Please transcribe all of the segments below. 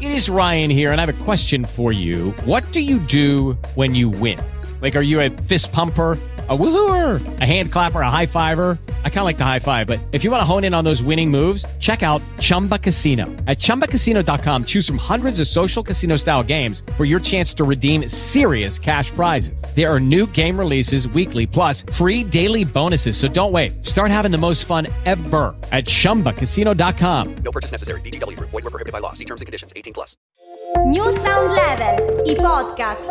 It is Ryan here, and I have a question for you. What do you do when you win? Like, are you a fist pumper, a woohooer, a hand clapper, a high fiver? I kind of like the high five, but if you want to hone in on those winning moves, check out Chumba Casino. At ChumbaCasino.com, choose from hundreds of social casino style games for your chance to redeem serious cash prizes. There are new game releases weekly, plus free daily bonuses. So don't wait. Start having the most fun ever at ChumbaCasino.com. No purchase necessary. VGW Group. Void where prohibited by law. See terms and conditions. 18+. New Sound Level, i podcast.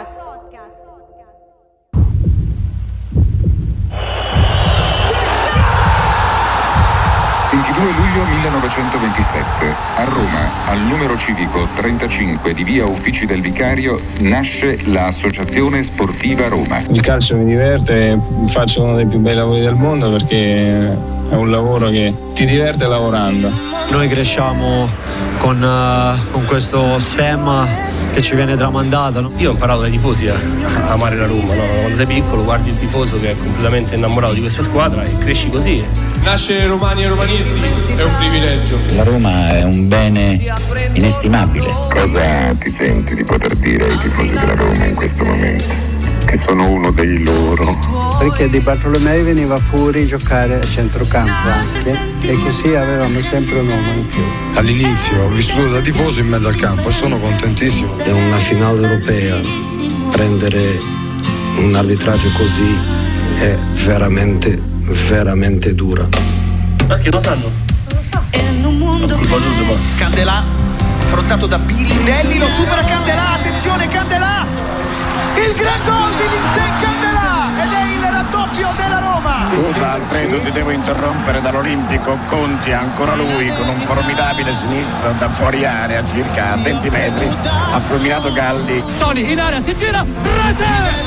22 luglio 1927, a Roma, al numero civico 35 di via Uffici del Vicario, nasce l'Associazione Sportiva Roma. Il calcio mi diverte, faccio uno dei più bei lavori del mondo perché è un lavoro che ti diverte lavorando. Noi cresciamo con questo stemma che ci viene tramandato, no? Io ho imparato dai tifosi a amare la Roma, no? Quando sei piccolo guardi il tifoso che è completamente innamorato di questa squadra e cresci così. Nascere romani e romanisti è un privilegio. La Roma è un bene inestimabile. Cosa ti senti di poter dire ai tifosi della Roma in questo momento? Che sono uno dei loro. Perché Di Bartolomei veniva fuori a giocare a centrocampo anche, e così avevamo sempre un uomo in più. All'inizio ho vissuto da tifoso in mezzo al campo e sono contentissimo. È una finale europea, prendere un arbitraggio così è veramente dura. Perché lo sanno? Non lo so. È in un mondo. Candelà, affrontato da Pirindelli, lo supera Candelà, attenzione Candelà! Il gran gol di Vincent Candelà ed è il raddoppio della Roma. Scusa Alfredo, ti devo interrompere dall'Olimpico. Conti ancora lui con un formidabile sinistro da fuori area, circa 20 metri, ha fulminato Galli. Toni in area, si gira, rete!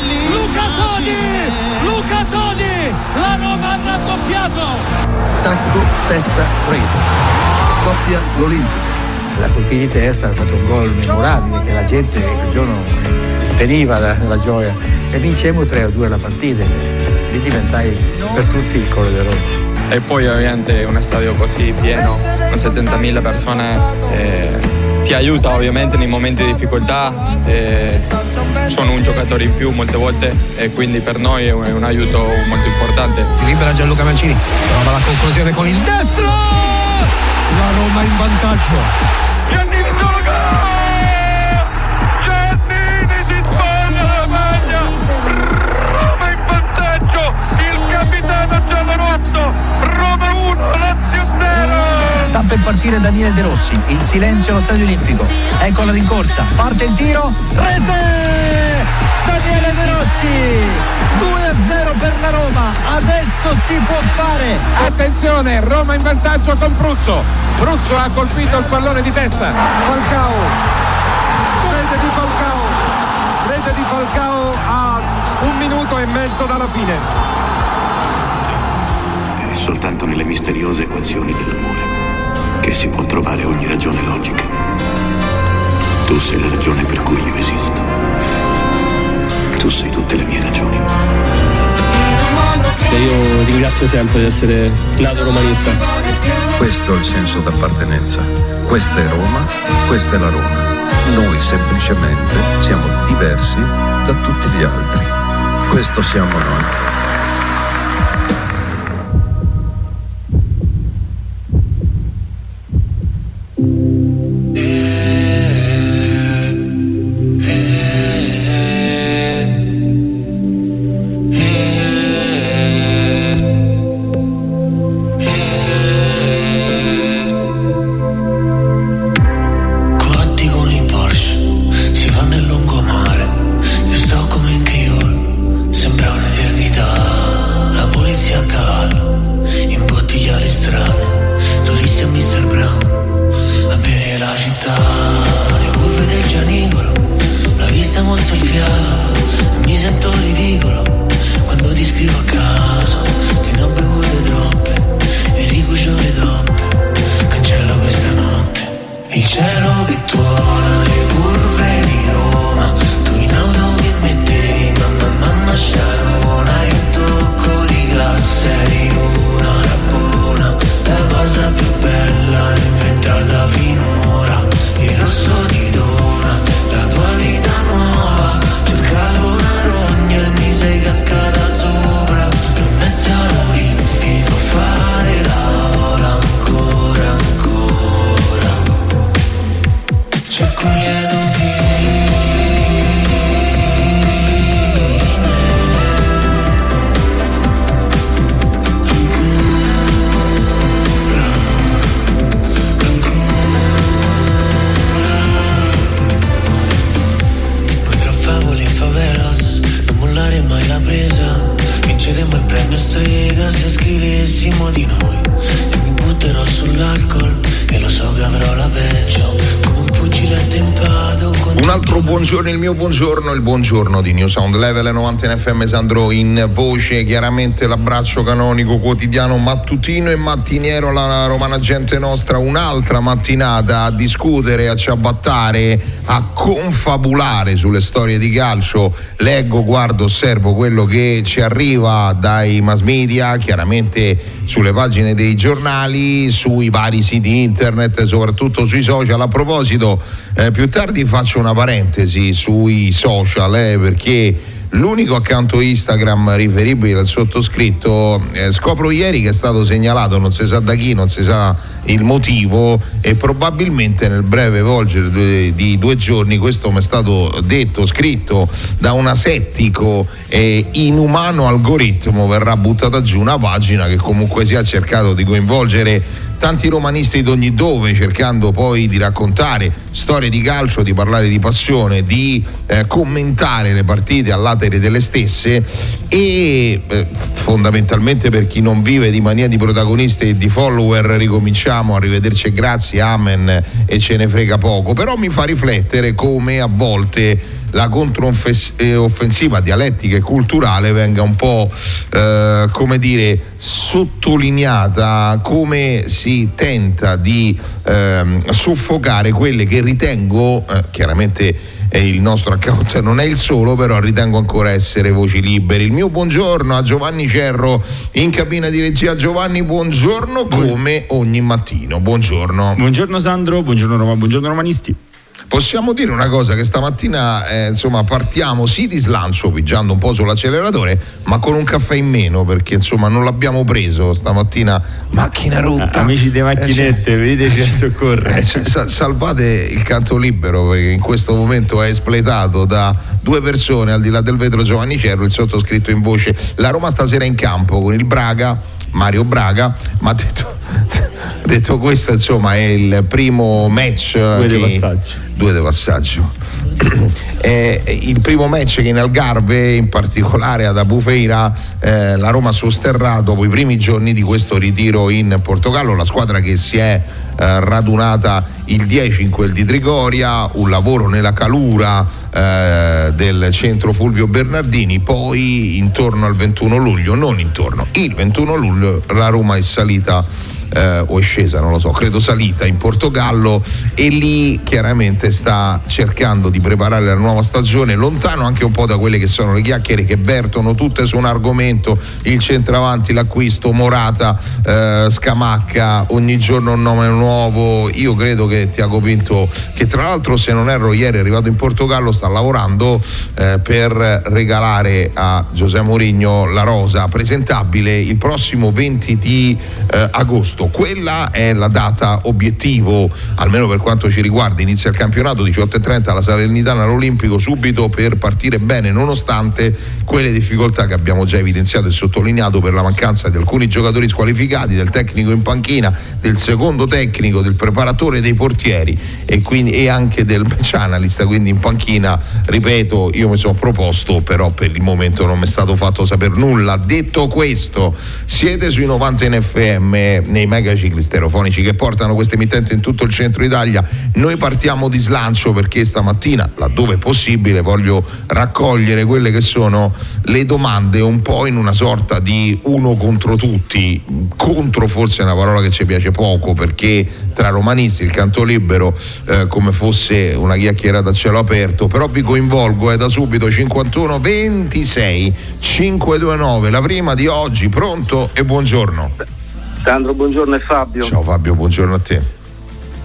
Luca Toni, la Roma ha raddoppiato. Tacco, testa, rete. Scoppia l'Olimpico. La colpi di testa ha fatto un gol memorabile che la gente quel giorno veniva dalla gioia e vincemmo 3-2 la partita, lì diventai per tutti il cuore del Roma. E poi ovviamente un stadio così pieno, con 70.000 persone, ti aiuta ovviamente nei momenti di difficoltà, sono un giocatore in più molte volte e quindi per noi è un aiuto molto importante. Si libera Gianluca Mancini, prova la conclusione con il destro, la Roma in vantaggio. Roma 1, Lazio 0. Sta per partire Daniele De Rossi, il silenzio allo Stadio Olimpico, ecco la rincorsa, parte il tiro, rete! Daniele De Rossi, 2-0 per la Roma, adesso si può fare. Attenzione, Roma in vantaggio con Bruzzo ha colpito il pallone di testa. Falcao, rete di Falcao a 1 minuto e mezzo dalla fine. Soltanto nelle misteriose equazioni dell'amore che si può trovare ogni ragione logica. Tu sei la ragione per cui io esisto. Tu sei tutte le mie ragioni. Io ringrazio sempre di essere nato romanista. Questo è il senso d'appartenenza. Questa è Roma, questa è la Roma. Noi semplicemente siamo diversi da tutti gli altri. Questo siamo noi. Cosa più bella inventata finora, il rosso con lieto fine. Mai la presa, vinceremo il premio Strega se scrivessimo di noi. E mi butterò sull'alcol e lo so che avrò la peggio, come un pugile attempato. Un altro buongiorno, il mio buongiorno, il buongiorno di New Sound Level 90 in FM. Sandro in voce, chiaramente l'abbraccio canonico quotidiano mattutino e mattiniero alla romana gente nostra. Un'altra mattinata a discutere, a ciabattare, a confabulare sulle storie di calcio. Leggo, guardo, osservo quello che ci arriva dai mass media, chiaramente sulle pagine dei giornali, sui vari siti internet, soprattutto sui social. A proposito, più tardi faccio una parentesi sui social, perché l'unico account Instagram riferibile al sottoscritto, scopro ieri che è stato segnalato, non si sa da chi, non si sa il motivo, e probabilmente nel breve volgere di 2 giorni, questo mi è stato detto, scritto da un asettico e inumano algoritmo, verrà buttata giù una pagina che comunque sia cercato di coinvolgere tanti romanisti d'ogni dove, cercando poi di raccontare storie di calcio, di parlare di passione, di commentare le partite all'atere delle stesse e fondamentalmente, per chi non vive di mania di protagonisti e di follower, ricominciamo, arrivederci e grazie, amen, e ce ne frega poco. Però mi fa riflettere come a volte la controffensiva dialettica e culturale venga un po' come dire sottolineata, come si tenta di soffocare quelle che ritengo, chiaramente il nostro account non è il solo, però ritengo ancora essere voci libere. Il mio buongiorno a Giovanni Cerro in cabina di regia. Giovanni, buongiorno come ogni mattino. Buongiorno. Buongiorno Sandro, buongiorno Roma, buongiorno romanisti. Possiamo dire una cosa, che stamattina insomma partiamo sì di slancio, pigiando un po' sull'acceleratore, ma con un caffè in meno, perché insomma non l'abbiamo preso stamattina, macchina rotta. Amici delle macchinette, veniteci a soccorrere. Salvate il canto libero, perché in questo momento è espletato da 2 persone al di là del vetro. Giovanni Cerro, il sottoscritto in voce. La Roma stasera in campo con il Braga, Mario Braga, ma detto questo, insomma, è il primo match, due di passaggio. È il primo match che in Algarve, in particolare ad Albufeira, la Roma sosterrà dopo i primi giorni di questo ritiro in Portogallo. La squadra che si è radunata il 10 in quel di Trigoria, un lavoro nella calura del centro Fulvio Bernardini. Poi intorno al 21 luglio, non intorno, il 21 luglio la Roma è salita o è scesa, non lo so, credo salita in Portogallo, e lì chiaramente sta cercando di preparare la nuova stagione, lontano anche un po' da quelle che sono le chiacchiere che vertono tutte su un argomento: il centravanti, l'acquisto, Morata, Scamacca, ogni giorno un nome nuovo. Io credo che Tiago Pinto, che tra l'altro se non erro ieri è arrivato in Portogallo, sta lavorando per regalare a José Mourinho la rosa presentabile il prossimo 20 di agosto. Quella è la data obiettivo, almeno per quanto ci riguarda. Inizia il campionato 18:30 alla Salernitana all'Olimpico, subito per partire bene, nonostante quelle difficoltà che abbiamo già evidenziato e sottolineato per la mancanza di alcuni giocatori squalificati, del tecnico in panchina, del secondo tecnico, del preparatore dei portieri e anche del match analyst. Quindi in panchina, ripeto, io mi sono proposto, però per il momento non mi è stato fatto sapere nulla. Detto questo, siete sui 90 in FM, nei megacicli stereofonici che portano queste emittenti in tutto il centro Italia. Noi partiamo di slancio perché stamattina, laddove possibile, voglio raccogliere quelle che sono le domande un po' in una sorta di uno contro tutti. Contro forse è una parola che ci piace poco, perché tra romanisti il canto libero come fosse una chiacchierata a cielo aperto, però vi coinvolgo da subito. 51 26 529 la prima di oggi. Pronto e buongiorno. Sandro, buongiorno, è Fabio. Ciao Fabio, buongiorno a te.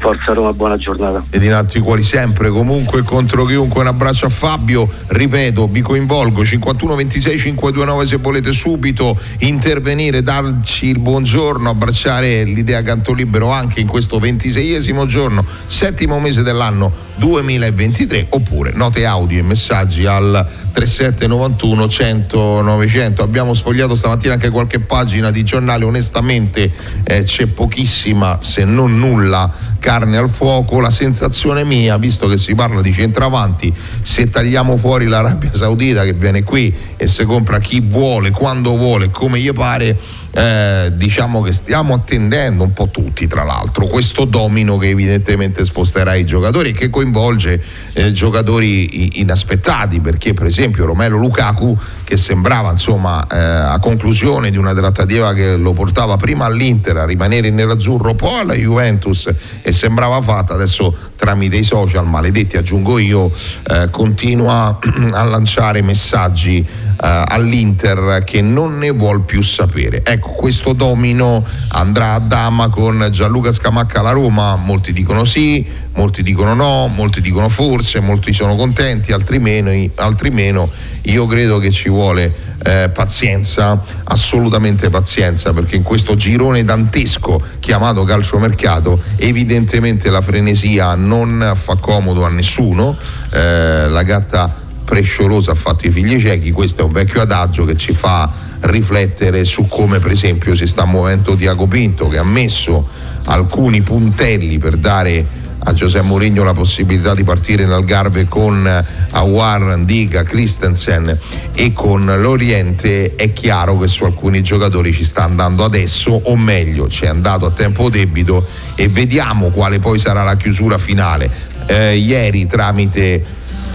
Forza Roma, buona giornata. Ed in altri cuori sempre, comunque contro chiunque. Un abbraccio a Fabio, ripeto, vi coinvolgo 51 26 529 se volete subito intervenire, darci il buongiorno, abbracciare l'idea Canto Libero anche in questo 26esimo giorno, 7° mese dell'anno 2023, oppure note audio e messaggi al 3791 100 900. Abbiamo sfogliato stamattina anche qualche pagina di giornale, onestamente c'è pochissima se non nulla carne al fuoco. La sensazione mia, visto che si parla di centravanti, se tagliamo fuori l'Arabia Saudita che viene qui e se compra chi vuole, quando vuole, come gli pare, diciamo che stiamo attendendo un po' tutti, tra l'altro, questo domino che evidentemente sposterà i giocatori e che coinvolge giocatori inaspettati, perché per esempio Romelu Lukaku, che sembrava insomma a conclusione di una trattativa che lo portava prima all'Inter a rimanere nerazzurro, poi alla Juventus, e sembrava fatta, adesso tramite i social maledetti aggiungo io, continua a lanciare messaggi all'Inter che non ne vuol più sapere. Ecco, questo domino andrà a dama con Gianluca Scamacca alla Roma. Molti dicono sì, molti dicono no, molti dicono forse, molti sono contenti, altri meno. Io credo che ci vuole pazienza, assolutamente pazienza, perché in questo girone dantesco chiamato calciomercato evidentemente la frenesia non fa comodo a nessuno. La gatta presciolosa ha fatto i figli ciechi, questo è un vecchio adagio che ci fa riflettere su come per esempio si sta muovendo Tiago Pinto, che ha messo alcuni puntelli per dare a José Mourinho la possibilità di partire in Algarve con Aouar, Ndiga, Christensen e con l'Oriente. È chiaro che su alcuni giocatori ci sta andando adesso, o meglio ci è andato a tempo debito, e vediamo quale poi sarà la chiusura finale. Ieri tramite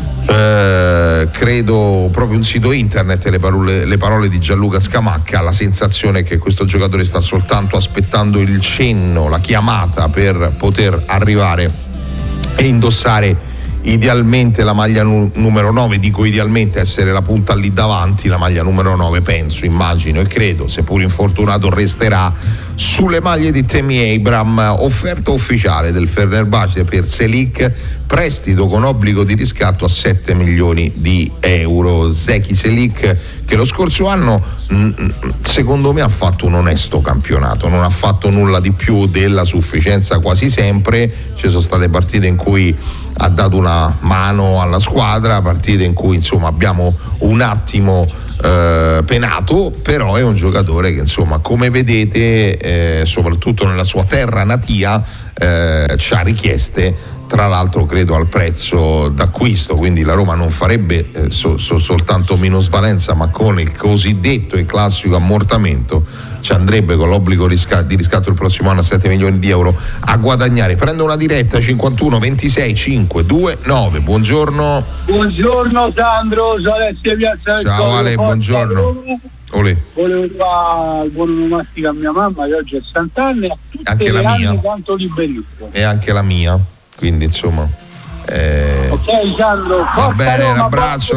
credo proprio un sito internet, le parole di Gianluca Scamacca, la sensazione è che questo giocatore sta soltanto aspettando il cenno, la chiamata per poter arrivare e indossare idealmente la maglia numero 9. Dico idealmente, essere la punta lì davanti, la maglia numero 9, penso, immagino e credo, seppur infortunato, resterà sulle maglie di Tammy Abraham. Offerta ufficiale del Fenerbahce per Selik, prestito con obbligo di riscatto a 7 milioni di euro. Zeki Selik, che lo scorso anno secondo me ha fatto un onesto campionato, non ha fatto nulla di più della sufficienza quasi sempre. Ci sono state partite in cui ha dato una mano alla squadra, partite in cui insomma abbiamo un attimo penato, però è un giocatore che insomma, come vedete, soprattutto nella sua terra natia, c'ha richieste, tra l'altro credo al prezzo d'acquisto, quindi la Roma non farebbe soltanto minusvalenza, ma con il cosiddetto e classico ammortamento ci andrebbe con l'obbligo di riscatto il prossimo anno a 7 milioni di euro a guadagnare. Prendo una diretta 51 26 529. Buongiorno. Buongiorno Sandro, ciao Alessio Piazza. Ciao Ale, buongiorno. Olè. Volevo fare il buon onomastico a mia mamma che oggi è 60 anni, a tutte anche le la mia. Tanto liberissimo. E anche la mia, quindi insomma ok Sandro, va bene, Roma, un abbraccio,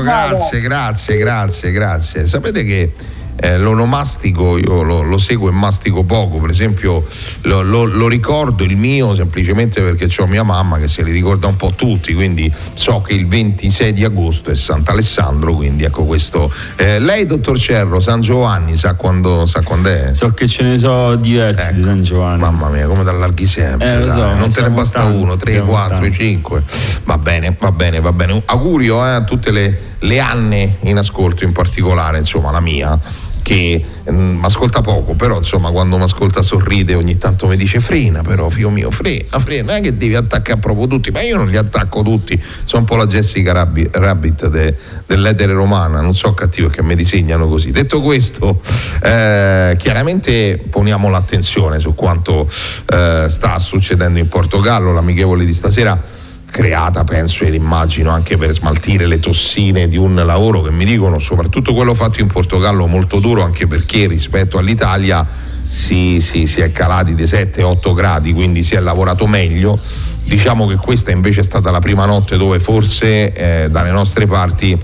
grazie. Sapete che l'onomastico io lo seguo e mastico poco, per esempio lo ricordo il mio semplicemente perché c'ho mia mamma che se li ricorda un po' tutti, quindi so che il 26 di agosto è Sant'Alessandro, quindi ecco questo. Lei dottor Cerro, San Giovanni sa quando è? So che ce ne so diversi, di San Giovanni. Mamma mia, come t'allarghi sempre, so, non te ne basta tanti, uno, 3, 4, 5. Va bene. Augurio a tutte le Anne in ascolto, in particolare insomma la mia, che mi ascolta poco, però insomma quando mi ascolta sorride, ogni tanto mi dice frena però figlio mio, frena, non è che devi attaccare proprio tutti, ma io non li attacco tutti, sono un po' la Jessica Rabbit dell'etere romana, non so cattivo che mi disegnano così. Detto questo, chiaramente poniamo l'attenzione su quanto sta succedendo in Portogallo. L'amichevole di stasera creata, penso ed immagino, anche per smaltire le tossine di un lavoro che mi dicono, soprattutto quello fatto in Portogallo, molto duro, anche perché rispetto all'Italia si è calati di 7-8 gradi, quindi si è lavorato meglio. Diciamo che questa invece è stata la prima notte dove forse dalle nostre parti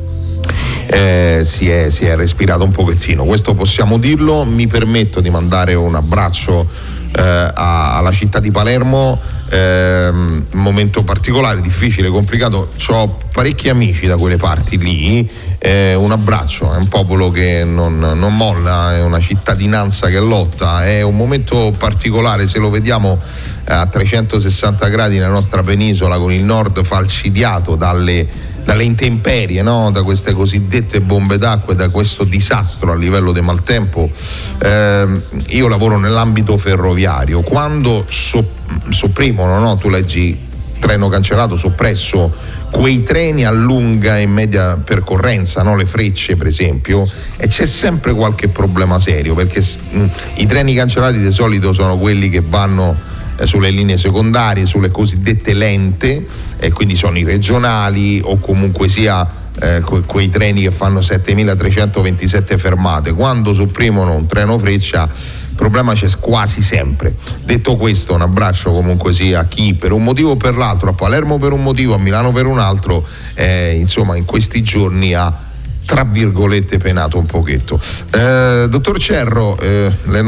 si è respirato un pochettino, questo possiamo dirlo. Mi permetto di mandare un abbraccio alla città di Palermo, momento particolare, difficile, complicato. Ho parecchi amici da quelle parti lì, un abbraccio, è un popolo che non molla, è una cittadinanza che lotta, è un momento particolare, se lo vediamo a 360 gradi nella nostra penisola, con il nord falcidiato dalle intemperie, no? Da queste cosiddette bombe d'acqua e da questo disastro a livello di maltempo. Io lavoro nell'ambito ferroviario, quando sopprimono, no? Tu leggi treno cancellato, soppresso, quei treni a lunga e media percorrenza, no? Le Frecce per esempio, e c'è sempre qualche problema serio, perché i treni cancellati di solito sono quelli che vanno sulle linee secondarie, sulle cosiddette lente, e quindi sono i regionali o comunque sia quei treni che fanno 7.327 fermate. Quando sopprimono un treno Freccia il problema c'è quasi sempre. Detto questo, un abbraccio comunque sia a chi per un motivo o per l'altro, a Palermo per un motivo, a Milano per un altro, insomma in questi giorni ha tra virgolette penato un pochetto. Dottor Cerro, le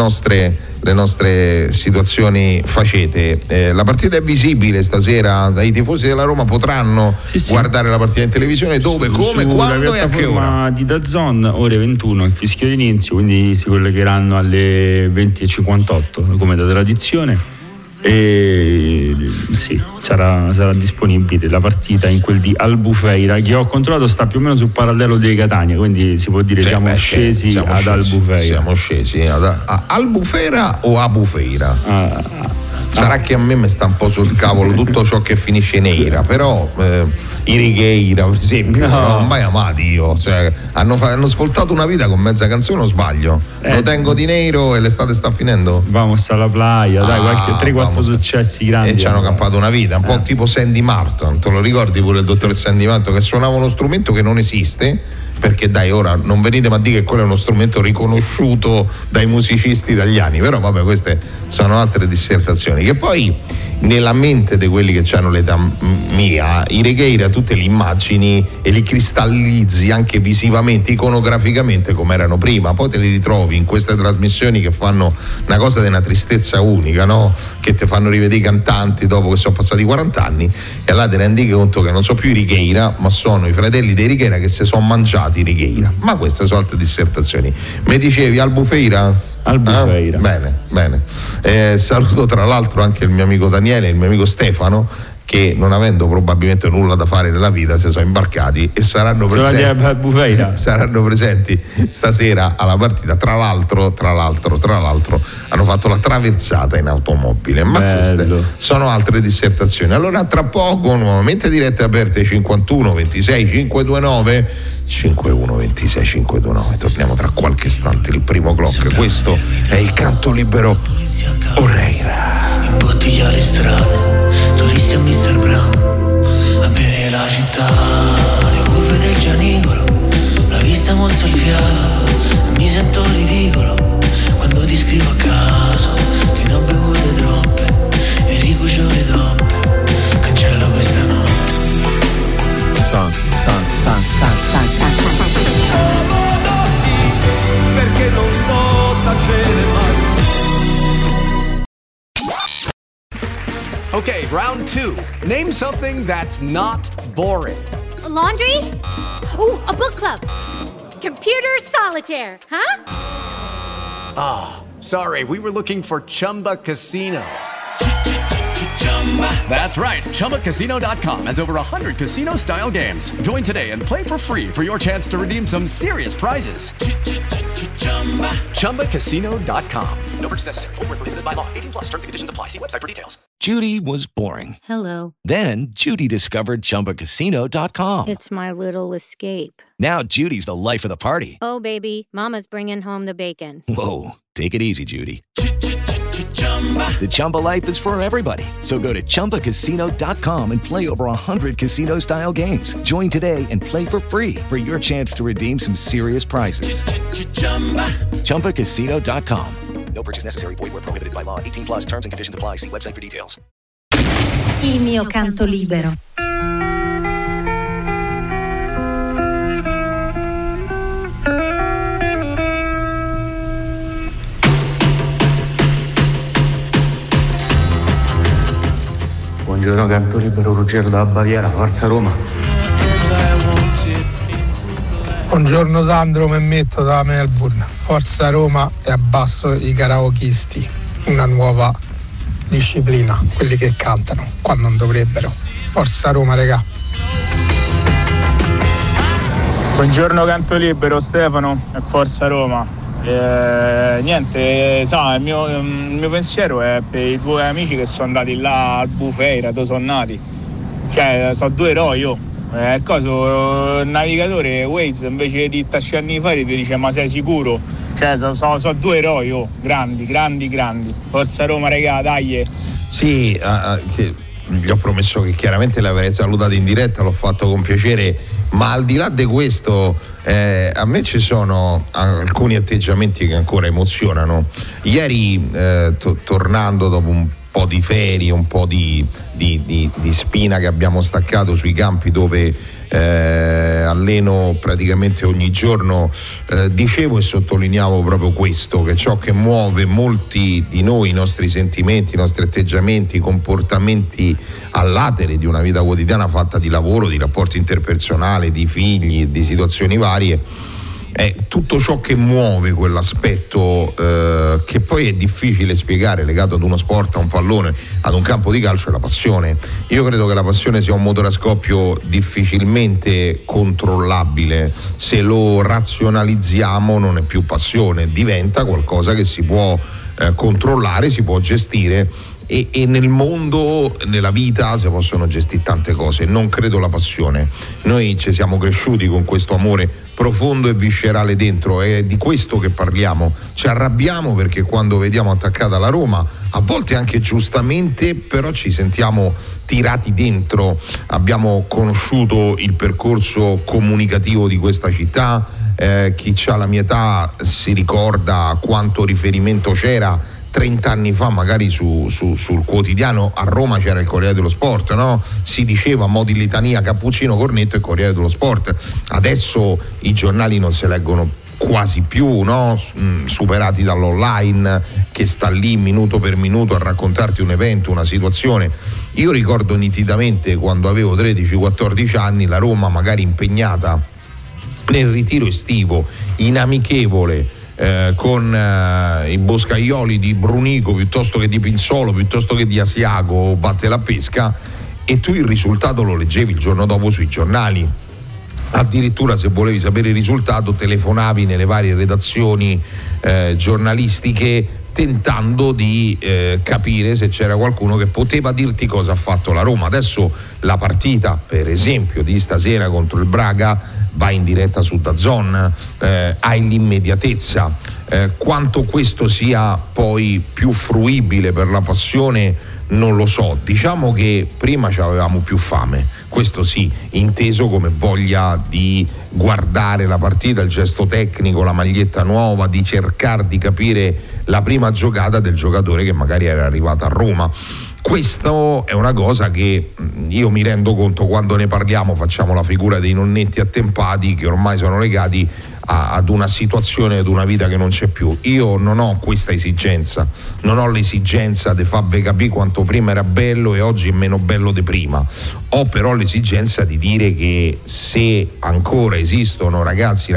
nostre situazioni facete, la partita è visibile stasera, i tifosi della Roma potranno guardare la partita in televisione, dove, come, quando e a che ora? Di DAZN, ore 21 il fischio d'inizio, quindi si collegheranno alle 20:58 come da tradizione, e sì, sarà disponibile la partita in quel di Albufeira, che ho controllato sta più o meno sul parallelo dei Catania, quindi si può dire siamo scesi ad Albufeira. Siamo scesi a Albufeira o Abufeira? Sarà che a me sta un po' sul cavolo tutto ciò che finisce in eira, però Irigheira per esempio, no, mai amati io, cioè, hanno svoltato una vita con mezza canzone, o sbaglio? Lo tengo di nero e l'estate sta finendo? Vamos alla playa, dai, qualche 3-4 successi grandi. E ci hanno campato una vita, un po' tipo Sandy Martin, te lo ricordi pure il dottor Sandy Martin, che suonava uno strumento che non esiste, perché dai, ora non venite ma a dire che quello è uno strumento riconosciuto dai musicisti italiani, però vabbè, queste sono altre dissertazioni, che poi nella mente di quelli che hanno l'età mia, i Regheira tutte le immagini e li cristallizzi anche visivamente, iconograficamente come erano prima, poi te li ritrovi in queste trasmissioni che fanno una cosa di una tristezza unica, no? Che ti fanno rivedere i cantanti dopo che sono passati 40 anni, e allora ti rendi conto che non sono più i Righeira, ma sono i fratelli dei Righeira che si sono mangiati i Righeira. Ma queste sono altre dissertazioni. Mi dicevi Albufeira? Albufeira. Bene. Saluto tra l'altro anche il mio amico Daniele e il mio amico Stefano, che non avendo probabilmente nulla da fare nella vita si sono imbarcati e saranno presenti stasera alla partita. Tra l'altro hanno fatto la traversata in automobile. Ma queste sono altre dissertazioni. Allora tra poco nuovamente dirette aperte 51 26 529 51 26 529. Torniamo tra qualche istante, il primo clock. Questo è il canto libero Oreira. Imbottiglia le strade, turisti a Mr. Brown, a bere la città, le curve del Gianicolo, la vista mozza il fiato, e mi sento ridicolo quando ti scrivo a caso che ne ho bevute troppe e ricucio le doppe, cancella questa notte. Perché non so tacere mai. Okay, round 2. Name something that's not boring. A laundry? Ooh, a book club. Computer solitaire, huh? Ah, sorry, we were looking for Chumba Casino. That's right, ChumbaCasino.com has over 100 casino-style games. Join today and play for free for your chance to redeem some serious prizes. ChumbaCasino.com. No purchase necessary. Void where prohibited by law. 18+ terms and conditions apply. See website for details. Judy was boring. Hello. Then Judy discovered ChumbaCasino.com. It's my little escape. Now Judy's the life of the party. Oh, baby, mama's bringing home the bacon. Whoa, take it easy, Judy. The Chumba life is for everybody. So go to ChumbaCasino.com and play over 100 casino-style games. Join today and play for free for your chance to redeem some serious prizes. ChumbaCasino.com. No purchase necessary. Void where prohibited by law. 18+ terms and conditions apply. See website for details. Il mio canto libero. Buongiorno Canto Libero, Ruggero da Baviera, Forza Roma. Buongiorno Sandro, mi metto da Melbourne, Forza Roma e abbasso i karaokisti, una nuova disciplina, quelli che cantano quando non dovrebbero. Forza Roma regà. Buongiorno Canto Libero, Stefano e Forza Roma. Niente, il mio pensiero è per i due amici che sono andati là al Bufeira, dove sono nati. Cioè, sono due eroi, il navigatore Waze invece di darci anni fa ti dice ma sei sicuro? Cioè, sono due eroi, grandi. Forza Roma, regà, dai. Sì, gli ho promesso che chiaramente l'avrei salutato in diretta, l'ho fatto con piacere, ma al di là di questo a me ci sono alcuni atteggiamenti che ancora emozionano. Ieri tornando dopo un po' di ferie, un po' di spina che abbiamo staccato sui campi dove alleno praticamente ogni giorno, dicevo e sottolineavo proprio questo, che ciò che muove molti di noi, i nostri sentimenti, i nostri atteggiamenti, i comportamenti all'atere di una vita quotidiana fatta di lavoro, di rapporti interpersonali, di figli, di situazioni varie, è tutto ciò che muove quell'aspetto che poi è difficile spiegare, legato ad uno sport, a un pallone, ad un campo di calcio, è la passione. Io credo che la passione sia un motore a scoppio difficilmente controllabile. Se lo razionalizziamo non è più passione, diventa qualcosa che si può controllare, si può gestire. E nel mondo, nella vita si possono gestire tante cose, non credo la passione. Noi ci siamo cresciuti con questo amore profondo e viscerale dentro, è di questo che parliamo. Ci arrabbiamo perché quando vediamo attaccata la Roma, a volte anche giustamente, però ci sentiamo tirati dentro. Abbiamo conosciuto il percorso comunicativo di questa città, chi ha la mia età si ricorda quanto riferimento c'era 30 anni fa magari sul quotidiano. A Roma c'era il Corriere dello Sport, no? Si diceva a mo' di litania Cappuccino, Cornetto e Corriere dello Sport. Adesso i giornali non si leggono quasi più, no? Superati dall'online che sta lì minuto per minuto a raccontarti un evento, una situazione. Io ricordo nitidamente quando avevo 13-14 anni la Roma magari impegnata nel ritiro estivo, in amichevole, con i boscaioli di Brunico piuttosto che di Pinzolo, piuttosto che di Asiago o Batte la Pesca, e tu il risultato lo leggevi il giorno dopo sui giornali. Addirittura se volevi sapere il risultato telefonavi nelle varie redazioni giornalistiche tentando di capire se c'era qualcuno che poteva dirti cosa ha fatto la Roma. Adesso la partita, per esempio, di stasera contro il Braga va in diretta su DAZN, hai l'immediatezza. Quanto questo sia poi più fruibile per la passione non lo so. Diciamo che prima avevamo più fame, questo sì, inteso come voglia di guardare la partita, il gesto tecnico, la maglietta nuova, di cercare di capire la prima giocata del giocatore che magari era arrivato a Roma. Questo è una cosa che io mi rendo conto quando ne parliamo, facciamo la figura dei nonnetti attempati che ormai sono legati ad una situazione, ad una vita che non c'è più. Io non ho questa esigenza, non ho l'esigenza di farvi capire quanto prima era bello e oggi è meno bello di prima. Ho però l'esigenza di dire che se ancora esistono ragazzi,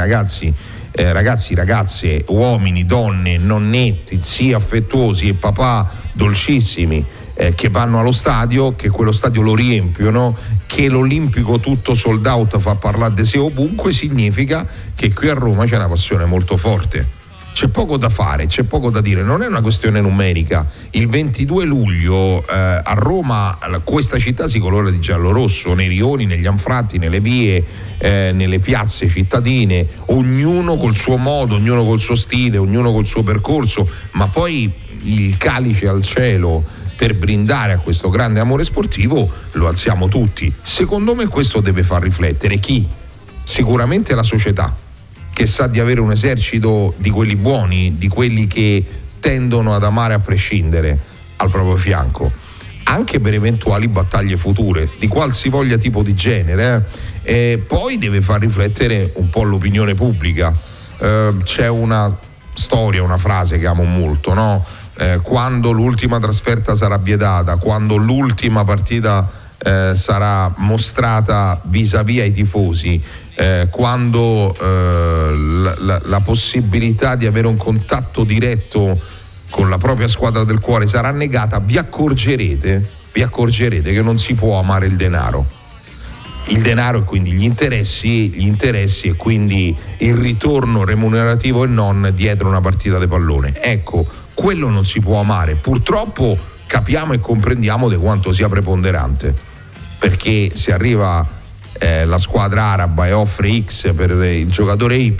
ragazze, uomini, donne, nonnetti, zii affettuosi e papà dolcissimi che vanno allo stadio, che quello stadio lo riempiono, che l'Olimpico tutto sold out fa parlare di sé ovunque, significa che qui a Roma c'è una passione molto forte. C'è poco da fare, c'è poco da dire, non è una questione numerica. Il 22 luglio a Roma questa città si colora di giallo-rosso, nei rioni, negli anfratti, nelle vie, nelle piazze cittadine, ognuno col suo modo, ognuno col suo stile, ognuno col suo percorso, ma poi il calice al cielo per brindare a questo grande amore sportivo lo alziamo tutti. Secondo me questo deve far riflettere chi? Sicuramente la società, che sa di avere un esercito di quelli buoni, di quelli che tendono ad amare a prescindere al proprio fianco, anche per eventuali battaglie future di qualsivoglia tipo di genere. Poi deve far riflettere un po' l'opinione pubblica. C'è una storia, una frase che amo molto, no? quando l'ultima trasferta sarà vietata, quando l'ultima partita sarà mostrata vis-à-vis ai tifosi, quando la possibilità di avere un contatto diretto con la propria squadra del cuore sarà negata, vi accorgerete che non si può amare il denaro e quindi gli interessi e quindi il ritorno remunerativo e non dietro una partita di pallone. Ecco, quello non si può amare. Purtroppo capiamo e comprendiamo di quanto sia preponderante, perché se arriva la squadra araba e offre X per il giocatore Y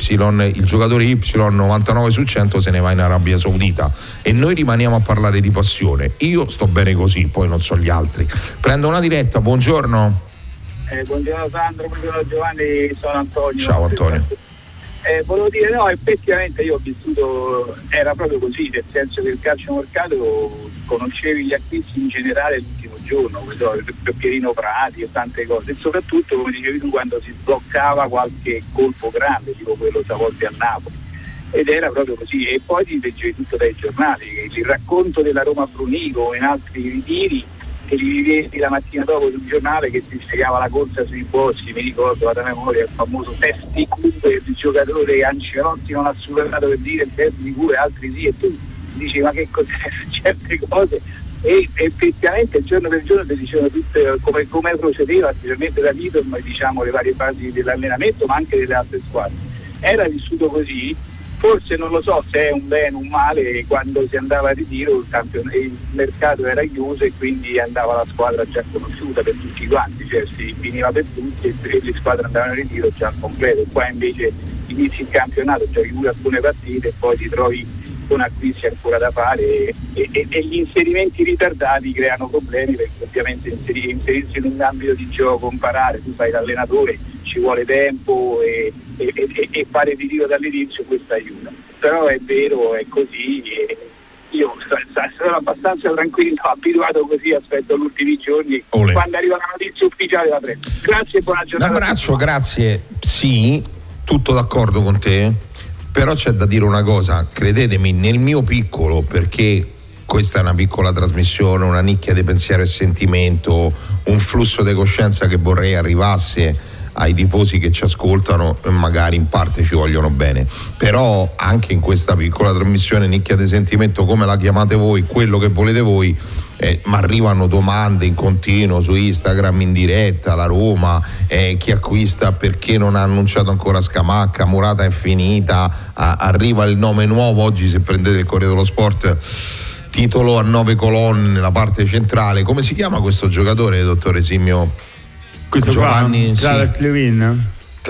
99 su 100 se ne va in Arabia Saudita e noi rimaniamo a parlare di passione. Io sto bene così, poi non so gli altri. Prendo una diretta, buongiorno. Buongiorno Sandro, buongiorno Giovanni, sono Antonio. Ciao Antonio. Volevo dire, no, effettivamente io ho vissuto, era proprio così, nel senso che il calciomercato conoscevi gli acquisti in generale l'ultimo giorno, Pierino Prati e tante cose, e soprattutto, come dicevi tu, quando si sbloccava qualche colpo grande, tipo quello stavolta a Napoli, ed era proprio così. E poi ti leggevi tutto dai giornali, il racconto della Roma Brunico in altri ritiri, che li vivevi la mattina dopo sul giornale, che ti spiegava la corsa sui bossi. Mi ricordo da memoria il famoso test di Cube, il giocatore Ancelotti non ha superato per dire il test di Cube, altri sì, e tu dici ma che cos'è certe cose, e effettivamente giorno per giorno ti dicevano tutte come procedeva, specialmente da Lidl, diciamo le varie fasi dell'allenamento ma anche delle altre squadre. Era vissuto così. Forse non lo so se è un bene o un male, quando si andava a ritiro il mercato era chiuso e quindi andava la squadra già conosciuta per tutti quanti, cioè si finiva per tutti e le squadre andavano a ritiro già al completo. Qua invece inizi il campionato, giochi pure alcune partite e poi ti trovi con acquisti ancora da fare e gli inserimenti ritardati creano problemi, perché ovviamente inserirsi in un ambito di gioco, imparare, tu fai l'allenatore, ci vuole tempo e fare il ritiro dall'inizio, questo aiuta. Però è vero, è così, e io sono abbastanza tranquillo, abituato così, aspetto gli ultimi giorni. Quando arriva la notizia ufficiale la prendo. Grazie e buona giornata. Un abbraccio, grazie. Sì, tutto d'accordo con te, però c'è da dire una cosa, credetemi, nel mio piccolo, perché questa è una piccola trasmissione, una nicchia di pensiero e sentimento, un flusso di coscienza che vorrei arrivasse ai tifosi che ci ascoltano e magari in parte ci vogliono bene, però anche in questa piccola trasmissione nicchia di sentimento, come la chiamate voi, quello che volete voi, ma arrivano domande in continuo su Instagram, in diretta, la Roma, chi acquista, perché non ha annunciato ancora Scamacca, Morata è finita, arriva il nome nuovo. Oggi se prendete il Corriere dello Sport, titolo a 9 colonne nella parte centrale, come si chiama questo giocatore, dottore Simio? Questo Giovanni, Calvert Lewin.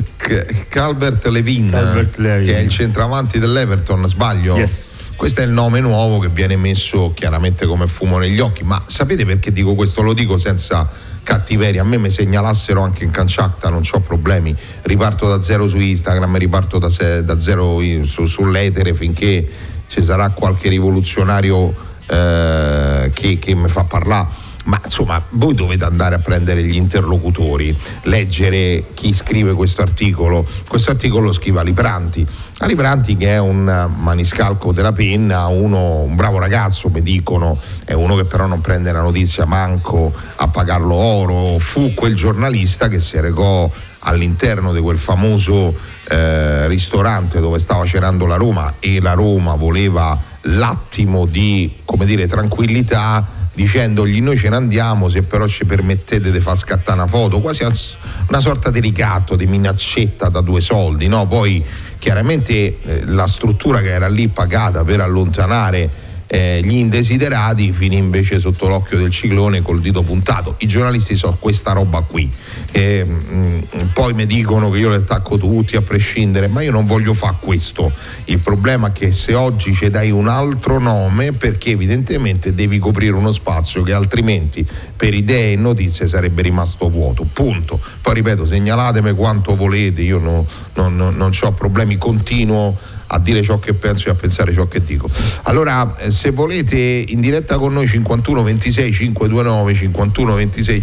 Calvert Lewin, che è il centravanti dell'Everton, sbaglio? Yes. Questo è il nome nuovo che viene messo chiaramente come fumo negli occhi, ma sapete perché dico questo? Lo dico senza cattiveria, a me mi segnalassero anche in Canciacta, non c'ho problemi, riparto da zero su Instagram, riparto da zero sull'etere finché ci sarà qualche rivoluzionario che mi fa parlare. Ma insomma, voi dovete andare a prendere gli interlocutori, leggere chi scrive questo articolo lo scrive Alipranti, che è un maniscalco della penna, un bravo ragazzo, mi dicono, è uno che però non prende la notizia manco a pagarlo oro. Fu quel giornalista che si recò all'interno di quel famoso ristorante dove stava cenando la Roma, e la Roma voleva l'attimo di, come dire, tranquillità, dicendogli noi ce ne andiamo se però ci permettete di far scattare una foto, quasi una sorta di ricatto, di minaccetta da 2 soldi, no? Poi chiaramente la struttura che era lì pagata per allontanare gli indesiderati finì invece sotto l'occhio del ciclone col dito puntato. I giornalisti so questa roba qui, poi mi dicono che io li attacco tutti a prescindere, ma io non voglio fare questo. Il problema è che se oggi ci dai un altro nome, perché evidentemente devi coprire uno spazio che altrimenti per idee e notizie sarebbe rimasto vuoto, punto. Poi ripeto, segnalatemi quanto volete, io non ho problemi, continuo a dire ciò che penso e a pensare ciò che dico. Allora, se volete in diretta con noi 51 26 529 51 26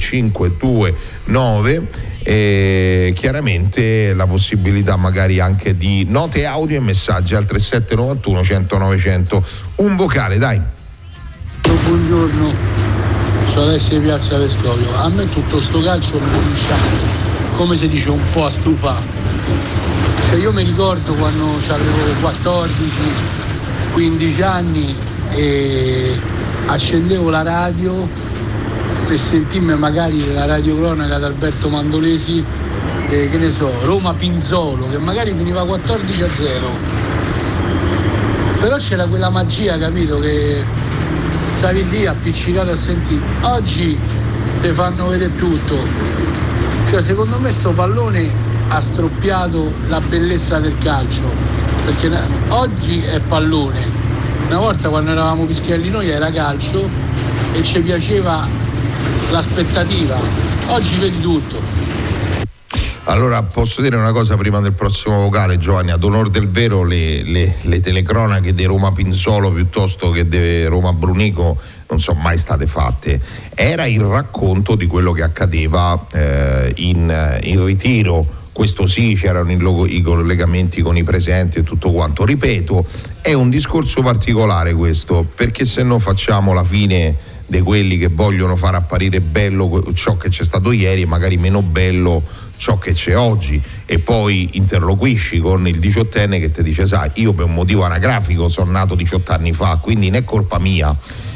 529, chiaramente la possibilità magari anche di note audio e messaggi al 3791 100 900. Un vocale, dai. buongiorno, sono Alessio di Piazza Vescovio. A me tutto sto calcio mi comincia, come si dice, un po' a stufare. Cioè io mi ricordo quando avevo 14-15 anni e accendevo la radio per sentirmi magari la radiocronaca di Alberto Mandolesi, che ne so, Roma Pinzolo, che magari finiva 14-0. Però c'era quella magia, capito, che stavi lì appiccicato a sentire. Oggi te fanno vedere tutto. Cioè secondo me sto pallone ha stroppiato la bellezza del calcio, perché oggi è pallone. Una volta quando eravamo pischelli noi era calcio e ci piaceva l'aspettativa. Oggi vedi tutto. Allora posso dire una cosa prima del prossimo vocale, Giovanni, ad onor del vero le telecronache di Roma Pinzolo piuttosto che di Roma Brunico non sono mai state fatte. Era il racconto di quello che accadeva in ritiro, questo sì, c'erano i collegamenti con i presenti e tutto quanto. Ripeto, è un discorso particolare questo, perché se no facciamo la fine di quelli che vogliono far apparire bello ciò che c'è stato ieri e magari meno bello ciò che c'è oggi, e poi interloquisci con il diciottenne che ti dice: sai, io per un motivo anagrafico sono nato 18 anni fa, quindi non è colpa mia.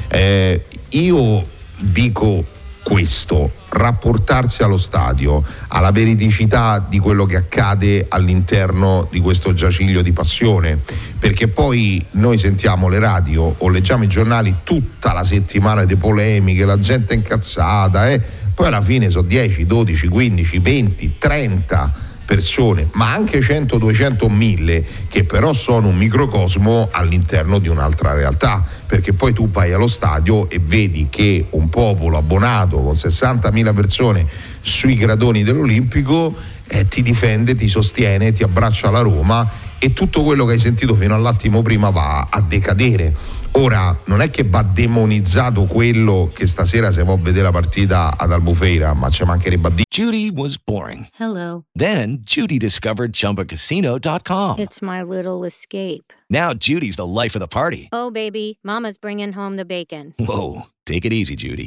Io dico questo: rapportarsi allo stadio, alla veridicità di quello che accade all'interno di questo giaciglio di passione, perché poi noi sentiamo le radio o leggiamo i giornali tutta la settimana di polemiche, la gente incazzata, poi alla fine sono 10, 12, 15, 20, 30 persone, ma anche 100, 200, 1000 che però sono un microcosmo all'interno di un'altra realtà, perché poi tu vai allo stadio e vedi che un popolo abbonato con 60.000 persone sui gradoni dell'Olimpico ti difende, ti sostiene, ti abbraccia la Roma, e tutto quello che hai sentito fino all'attimo prima va a decadere. Ora, non è che va demonizzato quello che stasera se può vedere la partita ad Albufeira, ma ci mancherebbe a dire. Judy was boring. Hello. Then Judy discovered ChumbaCasino.com. It's my little escape. Now Judy's the life of the party. Oh, baby, mama's bringing home the bacon. Whoa, take it easy, Judy.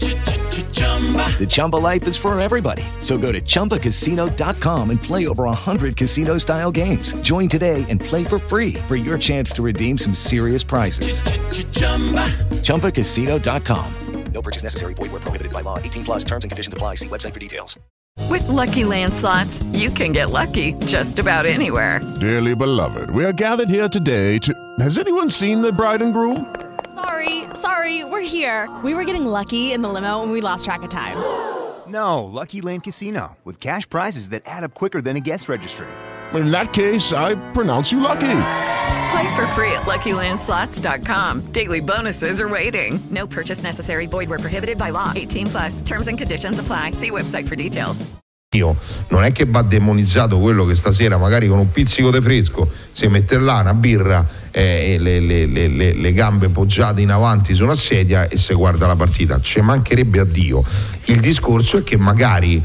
The Chumba life is for everybody. So go to ChumbaCasino.com and play over 100 casino-style games. Join today and play for free for your chance to redeem some serious prizes. ChumbaCasino.com. No purchase necessary. Void where prohibited by law. 18 plus terms and conditions apply. See website for details. With Lucky Land Slots, you can get lucky just about anywhere. Dearly beloved, we are gathered here today to... Has anyone seen the bride and groom? Sorry, we're here. We were getting lucky in the limo and we lost track of time. No, Lucky Land Casino, with cash prizes that add up quicker than a guest registry. In that case, I pronounce you lucky. Play for free at LuckyLandSlots.com. Daily bonuses are waiting. No purchase necessary. Void where prohibited by law. 18 plus. Terms and conditions apply. See website for details. Non è che va demonizzato quello che stasera magari con un pizzico di fresco si mette là una birra e le gambe poggiate in avanti su una sedia e si guarda la partita, ci mancherebbe a Dio. Il discorso è che magari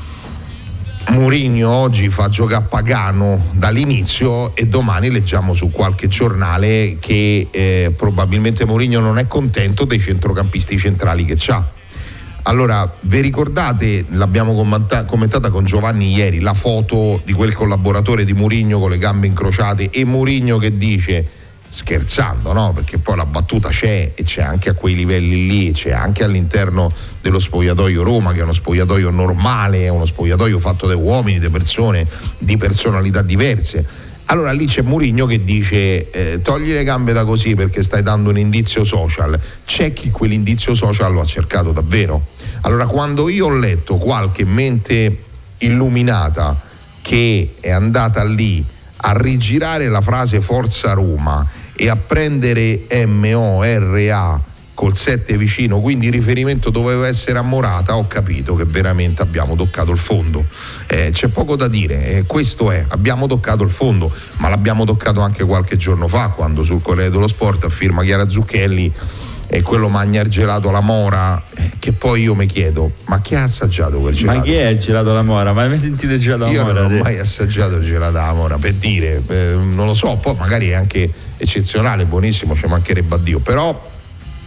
Mourinho oggi fa giocare Pagano dall'inizio e domani leggiamo su qualche giornale che probabilmente Mourinho non è contento dei centrocampisti centrali che c'ha. Allora, vi ricordate, l'abbiamo commentata con Giovanni ieri, la foto di quel collaboratore di Mourinho con le gambe incrociate e Mourinho che dice, scherzando, no? Perché poi la battuta c'è e c'è anche a quei livelli lì, c'è anche all'interno dello spogliatoio Roma, che è uno spogliatoio normale, è uno spogliatoio fatto da uomini, da persone, di personalità diverse. Allora lì c'è Mourinho che dice togli le gambe da così perché stai dando un indizio social. C'è chi quell'indizio social lo ha cercato davvero. Allora quando io ho letto qualche mente illuminata che è andata lì a rigirare la frase Forza Roma e a prendere MORA col 7 vicino, quindi il riferimento doveva essere a Morata, ho capito che veramente abbiamo toccato il fondo. C'è poco da dire, questo è, abbiamo toccato il fondo, ma l'abbiamo toccato anche qualche giorno fa quando sul Corriere dello Sport a firma Chiara Zucchelli e quello mangia il gelato alla Mora, che poi io mi chiedo, ma chi ha assaggiato quel gelato? Ma chi è il gelato alla Mora? Ma hai mai sentito il gelato alla Mora? Io non ho mai assaggiato il gelato alla Mora, per dire, non lo so, poi magari è anche eccezionale, buonissimo, ci mancherebbe a Dio, però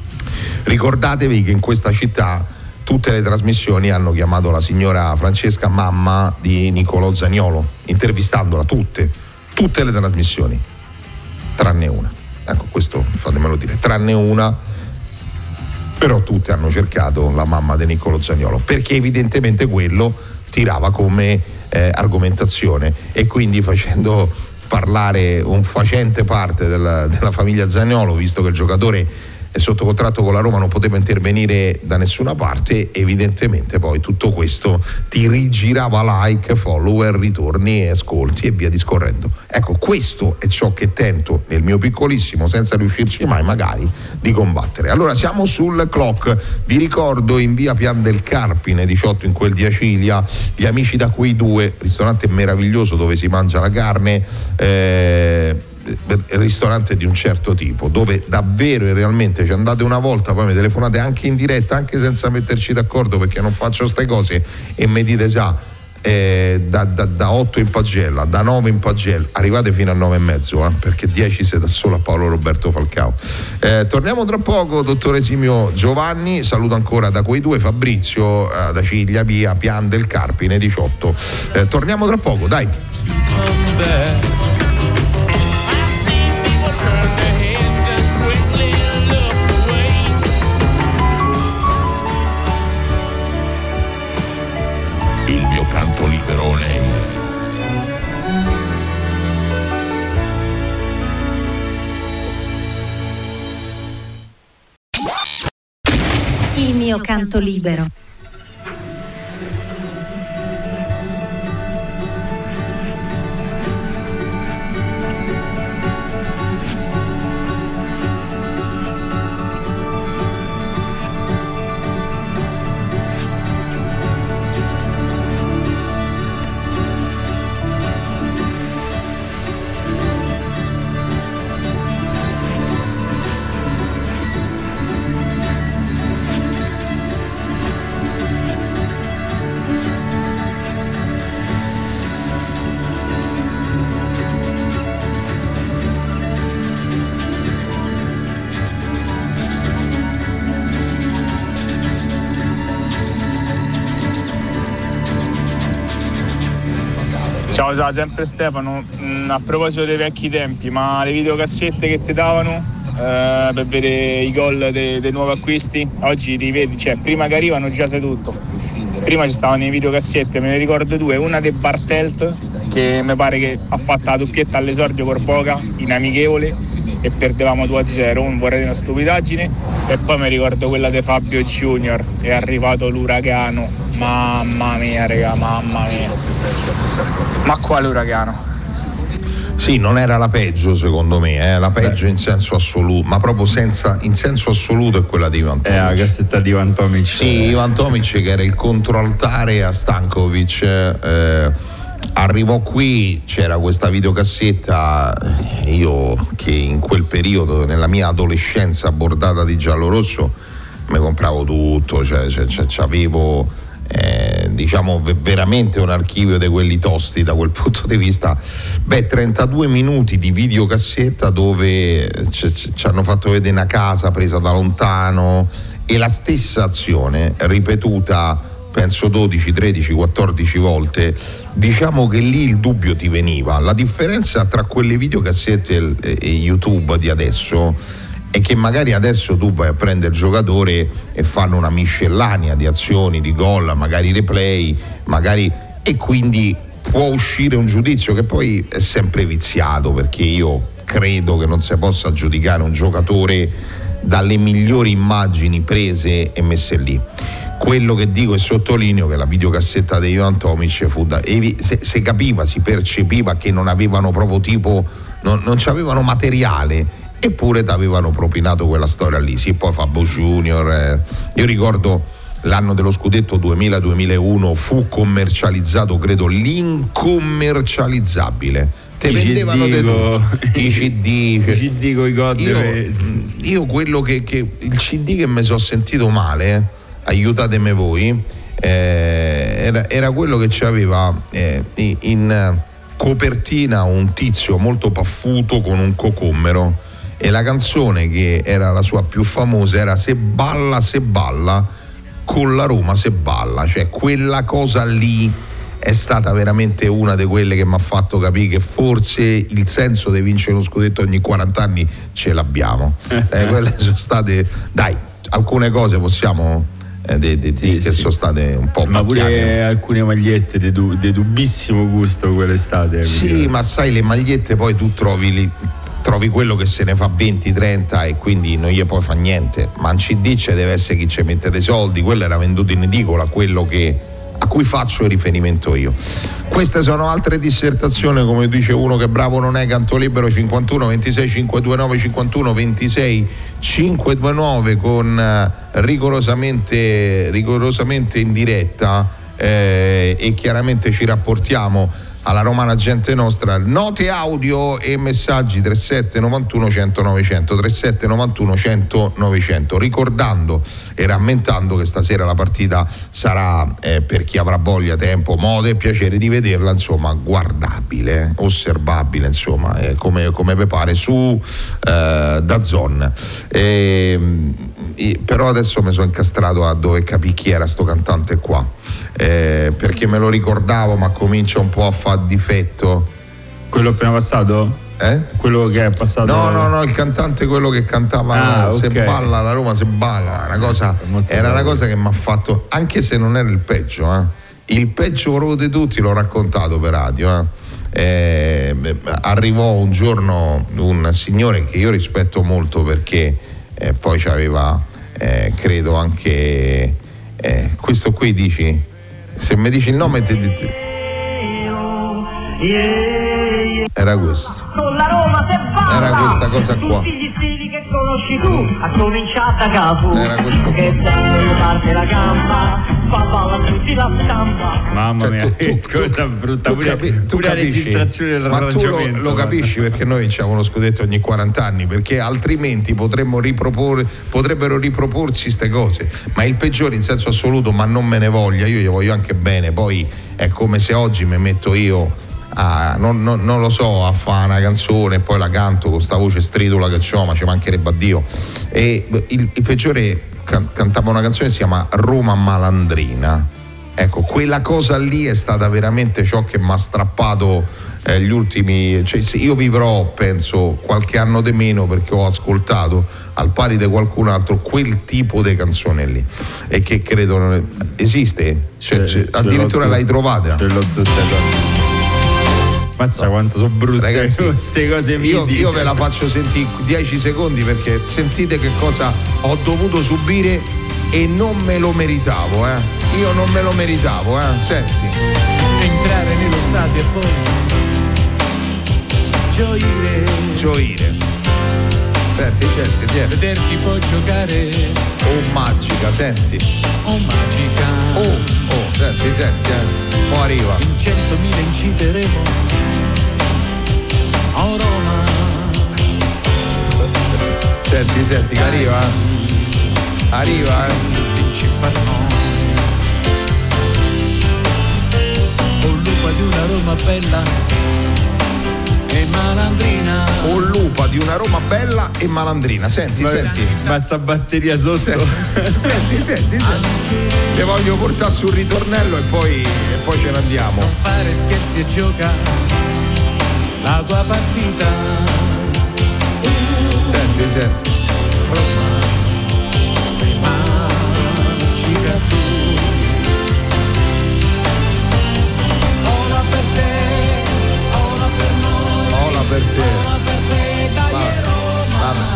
Ricordatevi che in questa città tutte le trasmissioni hanno chiamato la signora Francesca mamma di Niccolò Zaniolo, intervistandola tutte le trasmissioni, tranne una. Ecco, questo fatemelo dire, tranne una, però tutte hanno cercato la mamma di Niccolò Zaniolo, perché evidentemente quello tirava come argomentazione, e quindi facendo parlare un facente parte della famiglia Zaniolo, visto che il giocatore è sotto contratto con la Roma, non poteva intervenire da nessuna parte, evidentemente poi tutto questo ti rigirava like, follower, ritorni e ascolti e via discorrendo. Ecco, questo è ciò che tento nel mio piccolissimo, senza riuscirci mai magari, di combattere. Allora siamo sul clock, vi ricordo in via Pian del Carpine 18 in quel di Acilia, gli amici da Quei Due, ristorante meraviglioso dove si mangia la carne, ristorante di un certo tipo, dove davvero e realmente ci andate una volta, poi mi telefonate anche in diretta, anche senza metterci d'accordo, perché non faccio ste cose, e mi dite da 8 in pagella, da 9 in pagella, arrivate fino a 9 e mezzo, perché 10 si dà solo a Paolo Roberto Falcao. Torniamo tra poco, dottore Esimio Giovanni. Saluto ancora da Quei Due Fabrizio, da Ciglia, via Pian del Carpine 18. Torniamo tra poco, dai. Il mio canto liberone. Il mio canto libero. Ciao, sempre Stefano. A proposito dei vecchi tempi, ma le videocassette che ti davano per vedere i gol dei nuovi acquisti, oggi li vedi, cioè prima che arrivano già sai tutto. Prima ci stavano le videocassette, me ne ricordo due, una di Bartelt che mi pare che ha fatto la doppietta all'esordio per Boca in amichevole e perdevamo 2-0, non vorrei dire una stupidaggine, e poi mi ricordo quella di Fabio Junior, è arrivato l'uragano, mamma mia raga, mamma mia, ma quale uragano? Sì, non era la peggio secondo me, la peggio in senso assoluto, ma proprio in senso assoluto è quella di Ivan Tomic. La cassetta di Ivan Tomic. Sì, Ivan Tomic che era il controaltare a Stankovic, arrivò qui, c'era questa videocassetta, io che in quel periodo, nella mia adolescenza bordata di giallo-rosso, mi compravo tutto, c'avevo diciamo veramente un archivio di quelli tosti da quel punto di vista. 32 minuti di videocassetta dove ci hanno fatto vedere una casa presa da lontano e la stessa azione ripetuta penso 12, 13, 14 volte. Diciamo che lì il dubbio ti veniva. La differenza tra quelle videocassette e YouTube di adesso è che magari adesso tu vai a prendere il giocatore e fanno una miscellanea di azioni, di gol, magari replay, e quindi può uscire un giudizio che poi è sempre viziato, perché io credo che non si possa giudicare un giocatore dalle migliori immagini prese e messe lì. Quello che dico e sottolineo che la videocassetta di Ivan Tomic si capiva, si percepiva che non avevano proprio non c'avevano materiale, eppure ti avevano propinato quella storia lì. Sì, poi Fabio Junior, io ricordo l'anno dello scudetto 2000-2001 fu commercializzato, credo, l'incommercializzabile. Te vendevano i CD con i god. Io quello che il CD che mi sono sentito male, aiutatemi voi, era quello che c'aveva in copertina un tizio molto paffuto con un cocommero e la canzone che era la sua più famosa era Se balla con la Roma se balla, cioè quella cosa lì è stata veramente una di quelle che mi ha fatto capire che forse il senso di vincere lo scudetto ogni 40 anni ce l'abbiamo. Quelle sono state, dai, alcune cose possiamo che sono state un po' ma macchiate. Pure alcune magliette di dubbissimo gusto quell'estate. Sì, ma sai, le magliette poi tu trovi quello che se ne fa 20-30 e quindi non gli poi fa niente, ma un CD ci deve essere chi ci mette dei soldi, quello era venduto in edicola, quello a cui faccio riferimento io. Queste sono altre dissertazioni, come dice uno che bravo non è, Canto Libero 51 26 529 51 26 529 con rigorosamente in diretta e chiaramente ci rapportiamo alla romana gente nostra. Note audio e messaggi 37 91 100 900 37 91 100 900, ricordando e rammentando che stasera la partita sarà per chi avrà voglia, tempo, modo e piacere di vederla, insomma, guardabile, osservabile, insomma, come vi pare su DAZN. Però adesso mi sono incastrato a dove capì chi era sto cantante qua, perché me lo ricordavo ma comincia un po' a far difetto. Quello appena passato? Quello che è passato? No, il cantante, quello che cantava Se balla la Roma se balla, era una cosa che mi ha fatto, anche se non era il peggio, il peggio proprio di tutti l'ho raccontato per radio. Arrivò un giorno un signore che io rispetto molto, perché poi c'aveva credo anche questo qui, dici, se mi dici il nome era questo, era questa cosa qua, che conosci tu, ha cominciato a capo, era questo che deve darti la gamba, fa balla tutti la stampa. Mamma mia, che cosa brutta, pure la registrazione del ma tu lo capisci, guarda. perché noi vinciamo lo scudetto ogni 40 anni, perché altrimenti potrebbero riproporsi queste cose, ma il peggiore in senso assoluto, ma non me ne voglia, io gli voglio anche bene, poi è come se oggi mi metto io non lo so, a fare una canzone e poi la canto con sta voce stridula che c'ho, ma ci mancherebbe a Dio. E il peggiore cantava una canzone che si chiama Roma Malandrina. Ecco, quella cosa lì è stata veramente ciò che mi ha strappato gli ultimi, cioè io vivrò penso qualche anno di meno, perché ho ascoltato al pari di qualcun altro quel tipo di canzone lì, e che credo non esiste, addirittura l'hai trovata. Mazza quanto sono brutte, ragazzi, queste cose. Io ve la faccio sentire 10 secondi, perché sentite che cosa ho dovuto subire e non me lo meritavo, io non me lo meritavo, senti. Entrare nello stadio e poi gioire. Senti, vederti poi giocare. Oh magica, senti. Oh magica. Oh, senti, mo arriva. In 100.000 incideremo. Oh Roma. Senti, che arriva. Vinci per noi. Oh lupa di una Roma bella e malandrina. Oh lupa di una Roma bella e malandrina. Senti. Ma sta batteria sotto. Senti. Te voglio portare sul ritornello e poi ce ne andiamo. Non fare scherzi e gioca la tua partita. Senti. Roma, sei magica tu. Ola per te, ola per noi. Ola per te, dai Roma.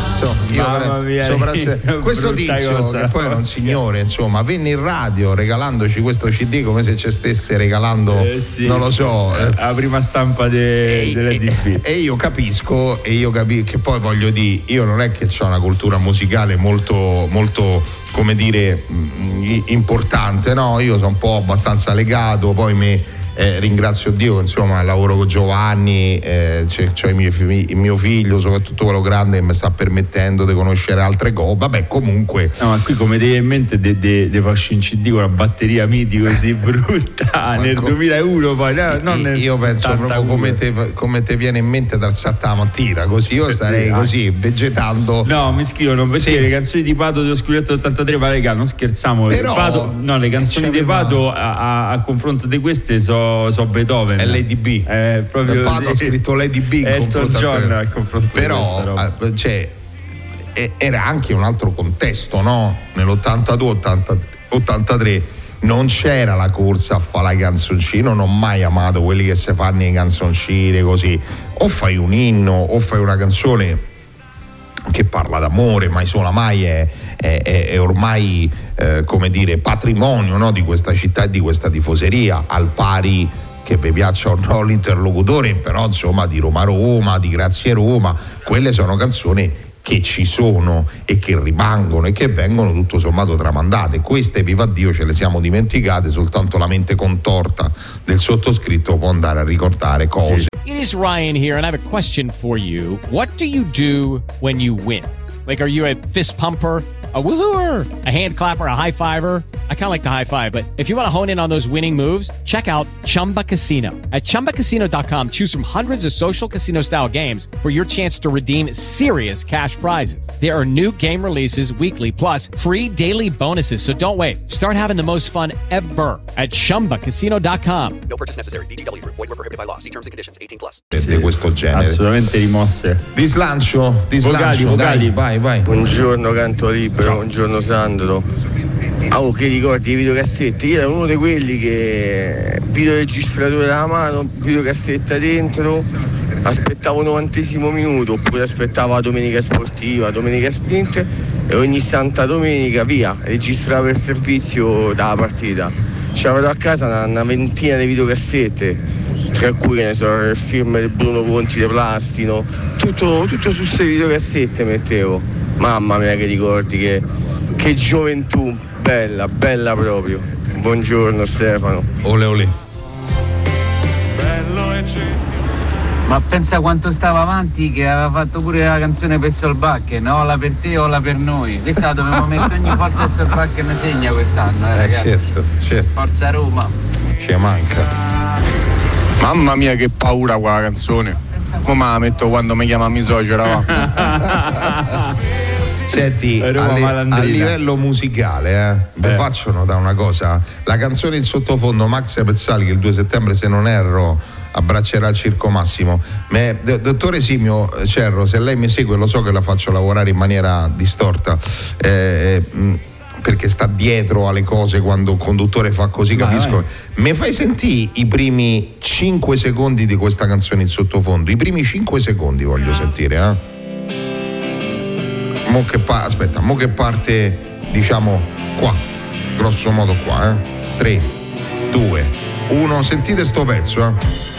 Questo tizio, che poi era un signore, insomma, venne in radio regalandoci questo CD come se ci stesse regalando, non lo so, la prima stampa dell'EDP. E io capisco che poi voglio dire, io non è che ho una cultura musicale molto molto, come dire, importante, no? Io sono un po' abbastanza legato, poi ringrazio Dio che insomma lavoro con Giovanni, c'ho il mio figlio, soprattutto quello grande, che mi sta permettendo di conoscere altre cose. Vabbè, comunque no, ma qui come devi in mente de fasci in CD con la batteria MIDI così brutta nel 2001 poi io penso proprio come te viene in mente dal 7 la mattina, così io starei così vegetando. No, mi scrivono perché le canzoni di Pato dello Scudetto 83, ma raga, non scherziamo. Però, Pato, no, le canzoni di Pato a confronto di queste so Beethoven. È Lady B. Proprio Pato ha scritto Lady B in confronto a confronto. Però era anche un altro contesto, no? Nell'82-83 non c'era la corsa a fare la canzoncina. Non ho mai amato quelli che si fanno le canzoncine così. O fai un inno o fai una canzone che parla d'amore, ma insomma mai è ormai come dire patrimonio, no? Di questa città e di questa tifoseria, al pari che vi piaccia o no l'interlocutore, però insomma di Roma, di Grazie Roma, quelle sono canzoni che ci sono e che rimangono e che vengono tutto sommato tramandate. Queste, viva Dio, ce le siamo dimenticate, soltanto la mente contorta del sottoscritto può andare a ricordare cose. It is Ryan here and I have a question for you. What do you do when you win? Like, are you a fist pumper, a woohooer, a hand clapper, a high fiver? I kind of like the high five, but if you want to hone in on those winning moves, check out Chumba Casino. At ChumbaCasino.com, choose from hundreds of social casino style games for your chance to redeem serious cash prizes. There are new game releases weekly, plus free daily bonuses. So don't wait. Start having the most fun ever at ChumbaCasino.com. No purchase necessary. VGW Group. Void where prohibited by law. See terms and conditions. 18+. Di questo genere. Assolutamente rimosse. Di slancio. Vocali. Dai, vai. Buongiorno Canto Libero, buongiorno Sandro. Che ricordi i videocassette? Io ero uno di quelli che videoregistratore alla mano, videocassetta dentro, aspettavo il 90° minuto, oppure aspettavo la domenica sportiva, domenica sprint, e ogni santa domenica via, registravo il servizio dalla partita. C'avevo a casa una ventina di videocassette, tra cui che ne so, il film di Bruno Conti di Plastino, tutto su queste videocassette mettevo. Mamma mia che ricordi, che gioventù, bella proprio. Buongiorno Stefano. Ole. Ma pensa quanto stava avanti, che aveva fatto pure la canzone per Solbakken, no? La per te o la per noi. Questa la dovevamo mettere ogni volta, Solbakken segna quest'anno, ragazzi. Certo. Forza Roma. Ci manca. Mamma mia che paura quella canzone. Mo me la metto quando mi chiama mio suocero. Senti, a livello musicale vi faccio notare una cosa. La canzone in sottofondo, Max Pezzali, che il 2 settembre se non erro abbraccerà il Circo Massimo. Dottore Simio Cerro, se lei mi segue, lo so che la faccio lavorare in maniera distorta, perché sta dietro alle cose quando il conduttore fa così, capisco. Mi fai sentire i primi 5 secondi di questa canzone in sottofondo? I primi 5 secondi voglio sentire, Mo che parte, diciamo, qua, grosso modo qua, 3, 2, 1, sentite sto pezzo,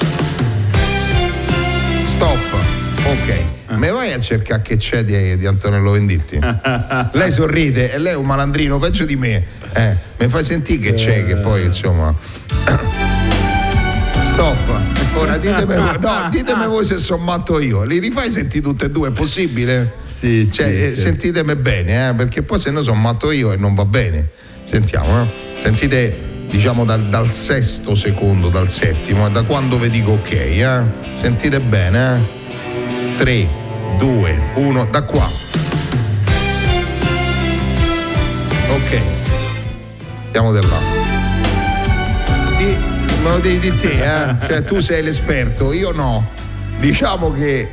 Stop, ok. Me vai a cercare che c'è di Antonello Venditti? Lei sorride e lei è un malandrino peggio di me. Mi fai sentire che c'è, che poi insomma. Stop. Ora ditemi voi se sono matto io. Li rifai sentire tutte e due, è possibile? Sì. Sentitemi bene, perché poi se no sono matto io e non va bene. Sentiamo, Sentite, diciamo dal 6° secondo, dal 7°, da quando vi dico ok, Sentite bene, 3, 2, 1, da qua. Ok. Andiamo da là. Me lo devi di te, Cioè tu sei l'esperto, io no. Diciamo che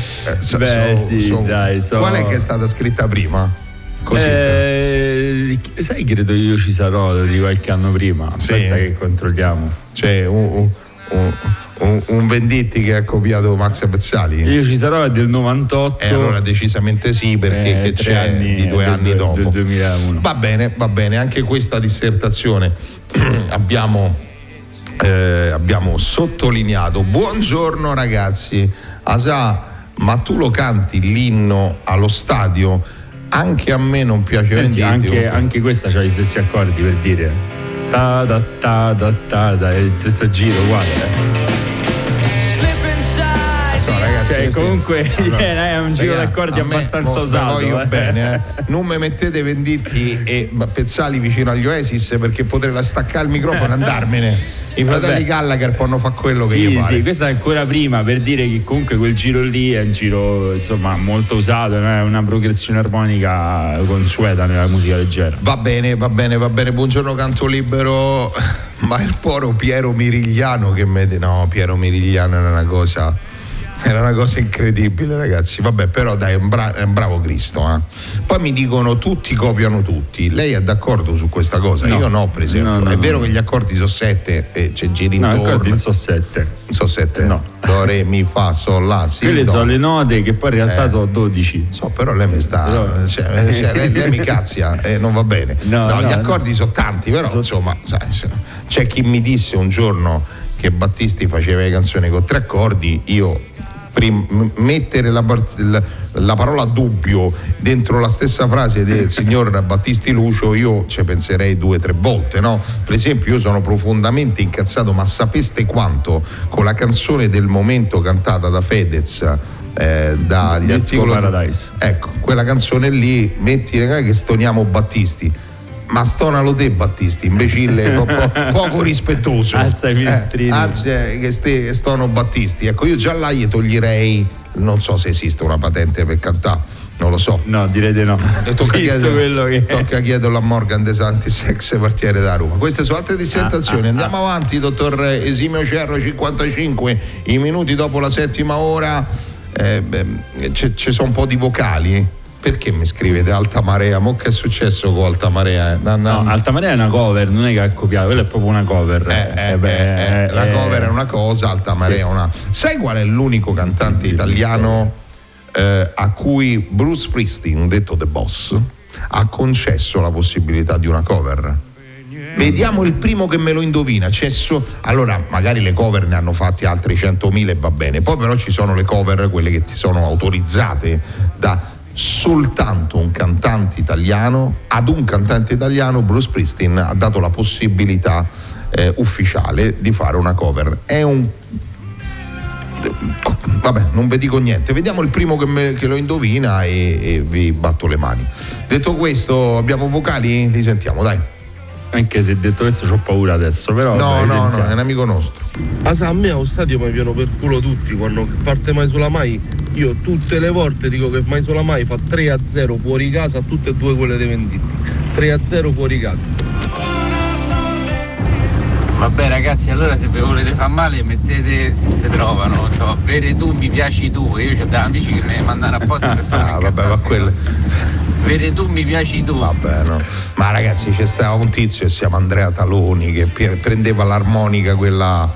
qual è che è stata scritta prima? Così, sai, credo Io ci sarò di qualche anno prima. Aspetta che controlliamo. C'è un Venditti che ha copiato Max Pezzali. Io ci sarò è del 98. E allora decisamente sì, perché che c'è di 2 anni dopo. Del 2001. Va bene, anche questa dissertazione abbiamo sottolineato. Buongiorno ragazzi. Asa, ma tu lo canti l'inno allo stadio? Anche a me non piace Venditti. Anche questa c'ha gli stessi accordi, per dire. Ta da ta da ta da, e questo giro guarda. Cioè, comunque è un giro d'accordi abbastanza usato. Voglio bene, non mi mettete Venditti e Pezzali vicino agli Oasis, perché potrei staccare il microfono e andarmene. I fratelli Gallagher possono fare quello che gli pare. Sì, questa è ancora prima, per dire che comunque quel giro lì è un giro insomma molto usato, è una progressione armonica consueta nella musica leggera. Va bene, buongiorno Canto Libero. Ma il poro Piero Mirigliano che no, Piero Mirigliano era una cosa incredibile, ragazzi. Vabbè, però dai, è un bravo Cristo, eh. Poi mi dicono tutti copiano tutti. Lei è d'accordo su questa cosa? No. Io no, per esempio. È vero che gli accordi sono 7 e c'è giri intorno. No, gli accordi non sono 7. Sono 7? No. Do, re, mi, fa, sol, la, si, quelle do. sono le note che poi in realtà sono 12. So, però lei mi sta lei mi cazzia e non va bene. No, gli accordi sono tanti, però insomma, sai, c'è chi mi disse un giorno che Battisti faceva le canzoni con 3 accordi. Io mettere la parola dubbio dentro la stessa frase del signor Battisti Lucio, io ci penserei 2 o 3 volte, no? Per esempio, io sono profondamente incazzato, ma sapeste quanto, con la canzone del momento cantata da Fedez, dagli articoli Paradise. Ecco, quella canzone lì, metti che stoniamo Battisti. Ma stonalo te Battisti, imbecille, poco rispettoso. Alza i finestrini. Che stono Battisti. Ecco, io già là gli toglierei, non so se esiste una patente per cantare, non lo so. No, direi di no. Tocca chiederlo a Morgan De Santis, ex quartiere da Roma. Queste sono altre dissertazioni. Andiamo avanti, dottor Esimio Cerro, 55 i minuti dopo la 7ª ora. Ci sono un po' di vocali. Perché mi scrivete Alta Marea? Mo che è successo con Alta Marea? No, Alta Marea è una cover, non è che ha copiato, quella è proprio una cover. La cover è una cosa, Alta Marea è una. Sai qual è l'unico cantante italiano a cui Bruce Springsteen, detto The Boss, ha concesso la possibilità di una cover? Vediamo il primo che me lo indovina. Allora, magari le cover ne hanno fatti altri 100.000 e va bene. Poi però ci sono le cover, quelle che ti sono autorizzate da soltanto un cantante italiano. Ad un cantante italiano Bruce Springsteen ha dato la possibilità ufficiale di fare una cover. Vabbè, non vi dico niente, vediamo il primo che lo indovina e vi batto le mani. Detto questo, abbiamo vocali? Li sentiamo, dai. Anche se detto questo c'ho paura adesso, però no, è un amico nostro. A me allo stadio mi piano per culo tutti quando parte Mai sulla Mai. Io tutte le volte dico che Mai sulla Mai fa 3-0 fuori casa, tutte e 2 quelle dei Venditti. 3-0 fuori casa. Vabbè ragazzi, allora se vi volete far male mettete, se si trovano, bere tu, mi piaci tu. Io ho degli amici che mi mandano apposta per fare vabbè, ma quelle. Vede tu, mi piaci tu. Vabbè, no. Ma ragazzi, c'è stato un tizio che si chiama Andrea Taloni che prendeva l'armonica quella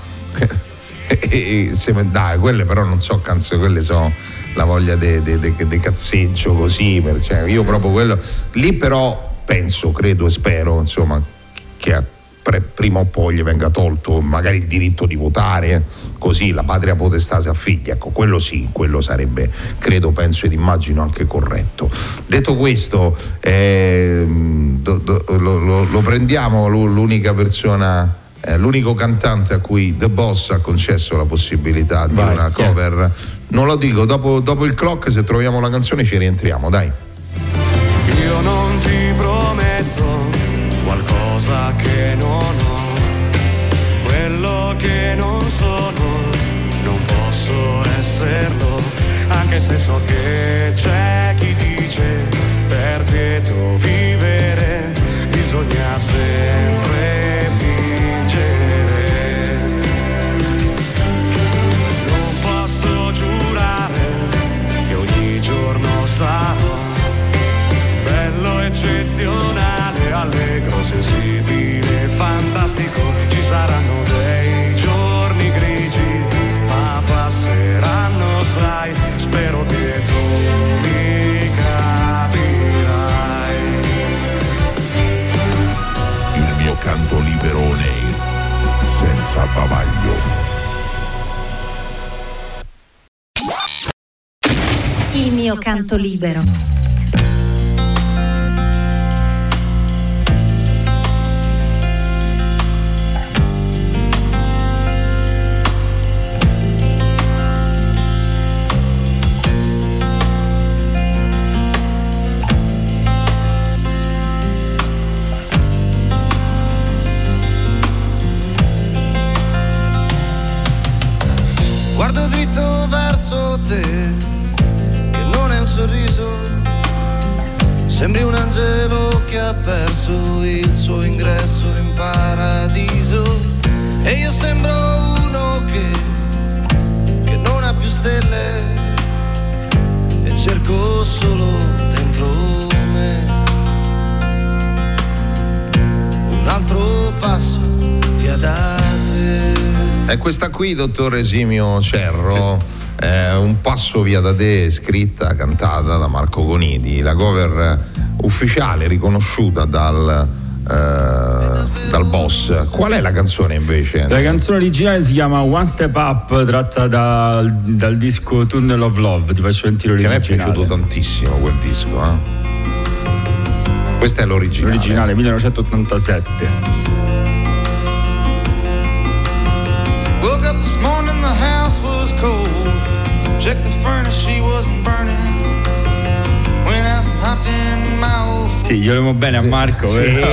dai, quelle però non so canzoni, quelle sono la voglia di cazzeggio così, cioè, io proprio quello lì, però penso, credo e spero insomma che prima o poi gli venga tolto magari il diritto di votare, così la patria potestà si affiglia. Ecco, quello sì, quello sarebbe, credo, penso ed immagino anche corretto. Detto questo, lo prendiamo l'unica persona, l'unico cantante a cui The Boss ha concesso la possibilità di una cover. Non lo dico, dopo il clock, se troviamo la canzone ci rientriamo, dai. Io non ti prometto qualcosa che non ho, quello che non sono, non posso esserlo, anche se so che c'è chi dice per quieto vivere bisogna sempre fingere. Non posso giurare che ogni giorno sarò bello, eccezionale, allegro, sensibile, fantastico. Ci saranno dei giorni grigi, ma passeranno, sai, spero che tu mi capirai. Il mio canto liberone senza bavaglio. Il mio canto libero. Guardo dritto verso te, che non è un sorriso, sembri un angelo che ha perso il suo ingresso in paradiso. E io sembro uno che non ha più stelle e cerco solo dentro me un altro passo via da te. È questa qui, dottor Esimio Cerro, Un passo via da te, scritta, cantata da Marco Conidi, la cover ufficiale riconosciuta dal boss. Qual è la canzone invece? La canzone originale si chiama One Step Up, tratta dal disco Tunnel of Love. Ti faccio sentire l'originale. Che mi è piaciuto tantissimo quel disco, Questa è l'originale. L'originale, 1987. Woke up this morning, the house was cold. Checked the furnace, she wasn't burning. Went out and hopped in my old. Sì, gli volevo bene a Marco,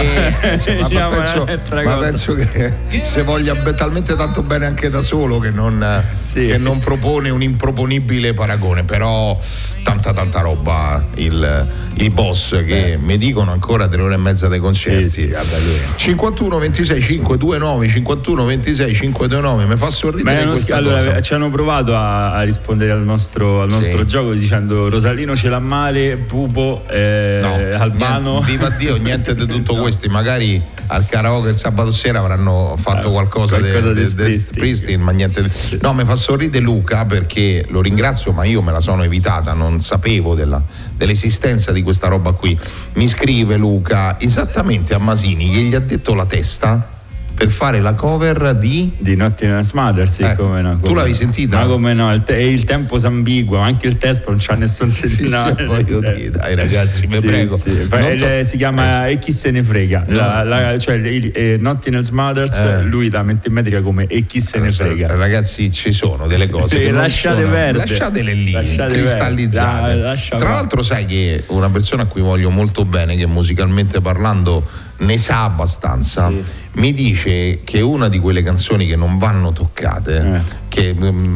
ma penso che se voglia talmente tanto bene anche da solo che non propone un improponibile paragone, però tanta roba il boss che mi dicono ancora 3 ore e mezza dei concerti. 51 26 529 51 26 529 mi fa sorridere questa cosa. Ci hanno provato a rispondere al nostro gioco dicendo Rosalino ce l'ha male, Pupo, Albano. Viva Dio, niente di tutto questo. Magari al karaoke il sabato sera avranno fatto qualcosa di Springsteen, ma niente. No, mi fa sorridere Luca perché lo ringrazio, ma io me la sono evitata, non sapevo dell'esistenza di questa roba qui. Mi scrive Luca esattamente a Masini che gli ha detto la testa per fare la cover di Nottingham Mothers, come no, tu l'avevi sentita? Ma come no, il tempo s'ambiguo, anche il testo non c'ha nessun senso. Voglio dire, dai ragazzi, mi prego. Si chiama E chi se ne frega, cioè Nottingham Mothers, lui la mette in metrica come E chi se ne frega. Ragazzi, ci sono delle cose che lasciatele lì, cristallizzate. Tra l'altro sai che una persona a cui voglio molto bene, che musicalmente parlando ne sa abbastanza, mi dice che una di quelle canzoni che non vanno toccate, che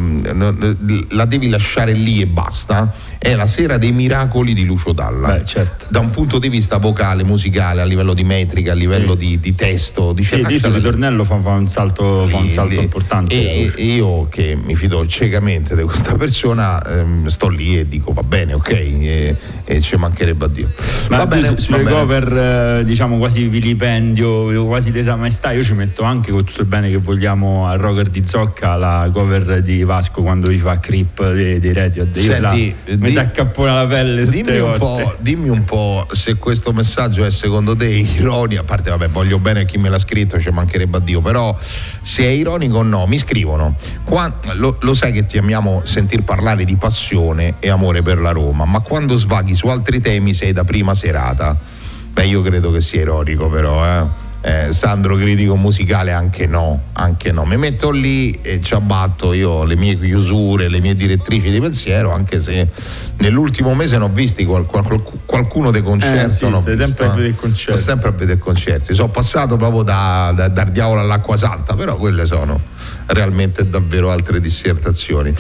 la devi lasciare lì e basta, è La sera dei miracoli di Lucio Dalla. Da un punto di vista vocale, musicale, a livello di metrica, a livello di testo, dice il ritornello fa un salto importante. E io che mi fido ciecamente di questa persona, sto lì e dico va bene, ok, e ci mancherebbe a Dio. Ma sulle cover diciamo quasi vilipendio, quasi lesa maestà, io ci metto anche, con tutto il bene che vogliamo, al rocker di Zocca la cover di Vasco quando gli fa Creep dei Radiohead. Senti, mi si accappona la pelle. Dimmi un po' se questo messaggio è secondo te ironia, a parte vabbè voglio bene a chi me l'ha scritto, ci mancherebbe a Dio, però se è ironico o no. Mi scrivono lo sai che ti amiamo sentir parlare di passione e amore per la Roma, ma quando svaghi su altri temi sei da prima serata. Beh, io credo che sia ironico, però Sandro, critico musicale, anche no, mi metto lì e ci abbatto io le mie chiusure, le mie direttrici di pensiero, anche se nell'ultimo mese ne ho visti qualcuno dei concerti. Sempre a vedere concerti. Sono passato proprio da Dar Diavolo all'Acqua Santa, però quelle sono realmente davvero altre dissertazioni.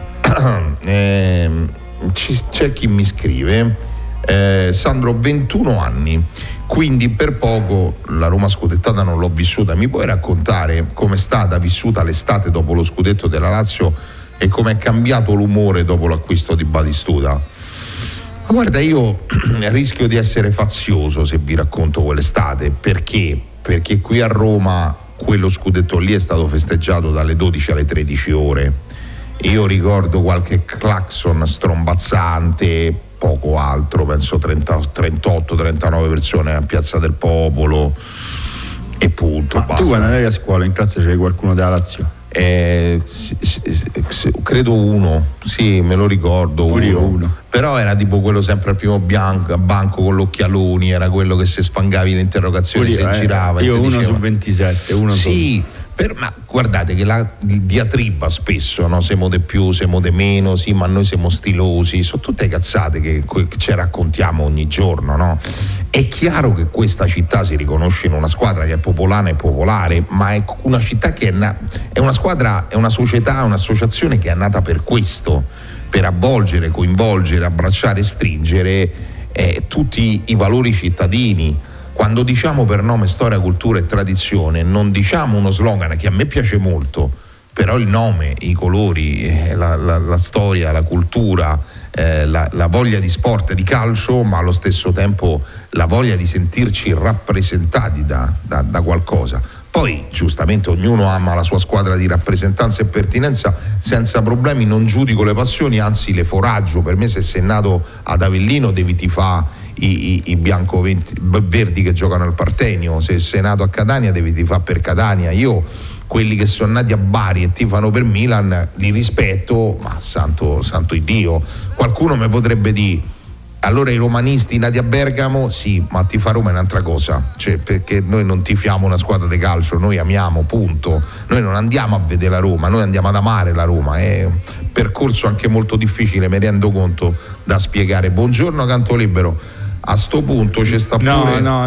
C'è chi mi scrive Sandro, 21 anni, quindi per poco la Roma scudettata non l'ho vissuta. Mi puoi raccontare com'è stata vissuta l'estate dopo lo scudetto della Lazio e com'è cambiato l'umore dopo l'acquisto di Batistuta? Ma guarda, io rischio di essere fazioso se vi racconto quell'estate, perché qui a Roma quello scudetto lì è stato festeggiato dalle 12 alle 13 ore. Io ricordo qualche clacson strombazzante, poco altro, penso 38-39 persone a Piazza del Popolo e punto. Ma tu quando andavi a scuola in classe c'era qualcuno della Lazio? Credo uno, sì, me lo ricordo. Uno. Però era tipo quello sempre al primo banco con gli occhialoni, era quello che se sfangavi le interrogazioni se girava. Io e uno diceva, su 27, uno sì, Ma guardate che la diatriba spesso, no? Siamo di più, siamo di meno, sì, ma noi siamo stilosi, sono tutte cazzate che ci raccontiamo ogni giorno, no? È chiaro che questa città si riconosce in una squadra che è popolana e popolare, ma è una città che è una squadra, è una società, un'associazione che è nata per questo, per avvolgere, coinvolgere, abbracciare e stringere tutti i valori cittadini. Quando diciamo per nome storia, cultura e tradizione, non diciamo uno slogan che a me piace molto, però il nome, i colori, la storia, la cultura, la voglia di sport e di calcio, ma allo stesso tempo la voglia di sentirci rappresentati da qualcosa. Poi giustamente ognuno ama la sua squadra di rappresentanza e pertinenza senza problemi, non giudico le passioni, anzi le foraggio. Per me, se sei nato ad Avellino devi tifare i bianco-verdi che giocano al Partenio, se sei nato a Catania devi tifare per Catania. Io quelli che sono nati a Bari e tifano per Milan li rispetto, ma santo Dio. Qualcuno mi potrebbe dire: allora i romanisti nati a Bergamo, sì, ma tifare Roma è un'altra cosa, cioè, perché noi non tifiamo una squadra di calcio, noi amiamo, punto. Noi non andiamo a vedere la Roma, noi andiamo ad amare la Roma. È un percorso anche molto difficile, mi rendo conto, da spiegare. Buongiorno Canto Libero. A sto punto c'è sta pure. No,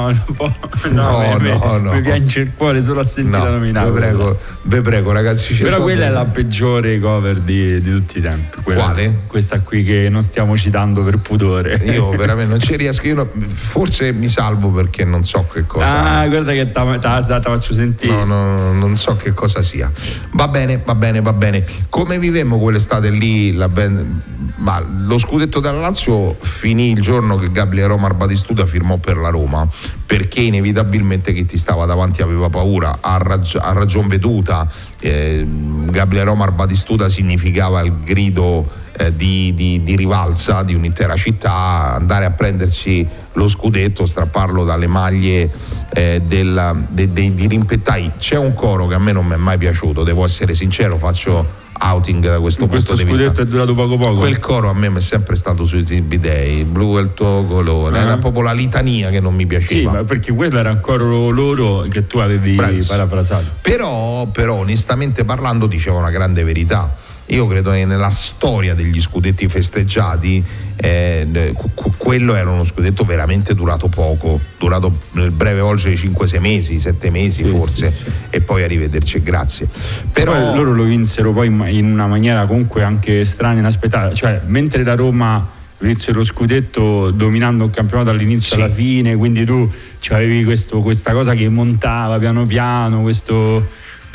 mi piange il cuore solo a sentire la nominata. Vi prego ragazzi. Però quella è la peggiore cover di tutti i tempi. Quale? Questa qui che non stiamo citando per pudore. Io veramente non ci riesco. Forse mi salvo perché non so che cosa. Guarda che te faccio sentire. No, non so che cosa sia. Va bene. Come vivemmo quell'estate lì ma lo scudetto della Lazio finì il giorno che Gabriele Omar Batistuta firmò per la Roma, perché inevitabilmente chi ti stava davanti aveva paura, a ragion veduta. Gabriele Omar Batistuta significava il grido di rivalsa di un'intera città, andare a prendersi lo scudetto, strapparlo dalle maglie dei dirimpettai. C'è un coro che a me non mi è mai piaciuto, devo essere sincero, faccio outing da questo punto di vista. Scudetto è durato poco. Quel coro a me è sempre stato sui Zibidei, blu è il tuo colore, era proprio la litania che non mi piaceva. Sì, ma perché quello era un coro loro che tu avevi parafrasato. Però onestamente parlando diceva una grande verità. Io credo che nella storia degli scudetti festeggiati quello era uno scudetto veramente durato poco, durato nel breve oltre 5-6 mesi, 7 mesi forse, sì. E poi arrivederci, grazie. Però loro lo vinsero poi in una maniera comunque anche strana, inaspettata, cioè mentre la Roma vinse lo scudetto dominando il campionato dall'inizio alla fine, quindi tu avevi questa cosa che montava piano piano, questo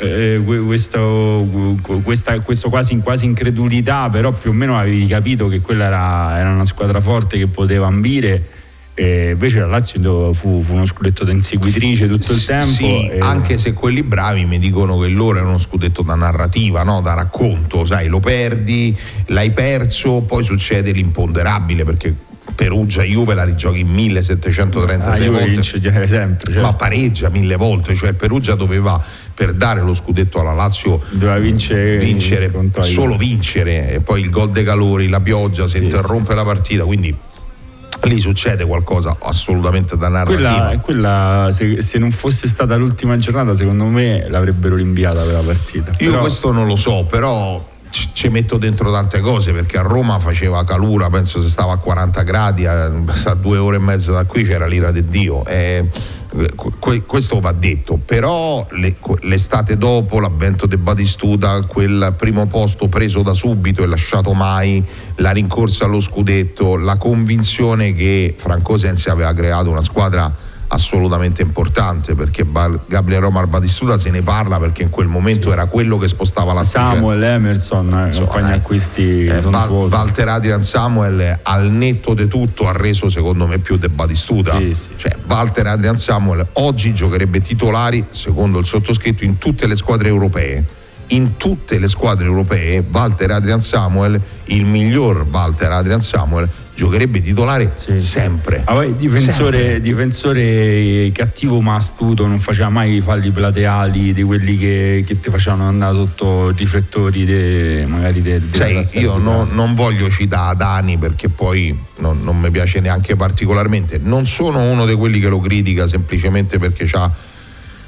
quasi incredulità, però più o meno avevi capito che quella era una squadra forte che poteva ambire. Invece la Lazio fu uno scudetto da inseguitrice tutto il tempo. Sì, anche se quelli bravi mi dicono che loro era uno scudetto da narrativa, no? Da racconto, sai, lo perdi, l'hai perso, poi succede l'imponderabile, perché Perugia Juve la rigiochi 1736 volte, sempre, ma pareggia 1000 volte, cioè il Perugia doveva, per dare lo scudetto alla Lazio, doveva vincere solo vincere, e poi il gol dei calori, la pioggia, si interrompe la partita, quindi lì succede qualcosa assolutamente da narrativa. Quella se non fosse stata l'ultima giornata, secondo me l'avrebbero rinviata per la partita. Io questo non lo so, però ci metto dentro tante cose, perché a Roma faceva calura, penso se stava a 40 gradi, a 2 ore e mezza da qui c'era l'ira di Dio. Questo va detto, però l'estate dopo, l'avvento di Batistuta, quel primo posto preso da subito e lasciato mai, la rincorsa allo scudetto, la convinzione che Franco Sensi aveva creato una squadra assolutamente importante, perché Gabriele Omar Batistuta se ne parla perché in quel momento era quello che spostava la Samuel, Emerson, compagni acquisti sontuosi. Walter Adrian Samuel, al netto di tutto, ha reso secondo me più di Batistuta. Cioè Walter Adrian Samuel oggi giocherebbe titolari, secondo il sottoscritto, in tutte le squadre europee. In tutte le squadre europee Walter Adrian Samuel, il miglior Walter Adrian Samuel, giocherebbe titolare sempre. Ma poi difensore cattivo ma astuto, non faceva mai falli plateali di quelli che ti facevano andare sotto i riflettori magari io non voglio citare Dani, perché poi non mi piace neanche particolarmente. Non sono uno di quelli che lo critica semplicemente perché c'ha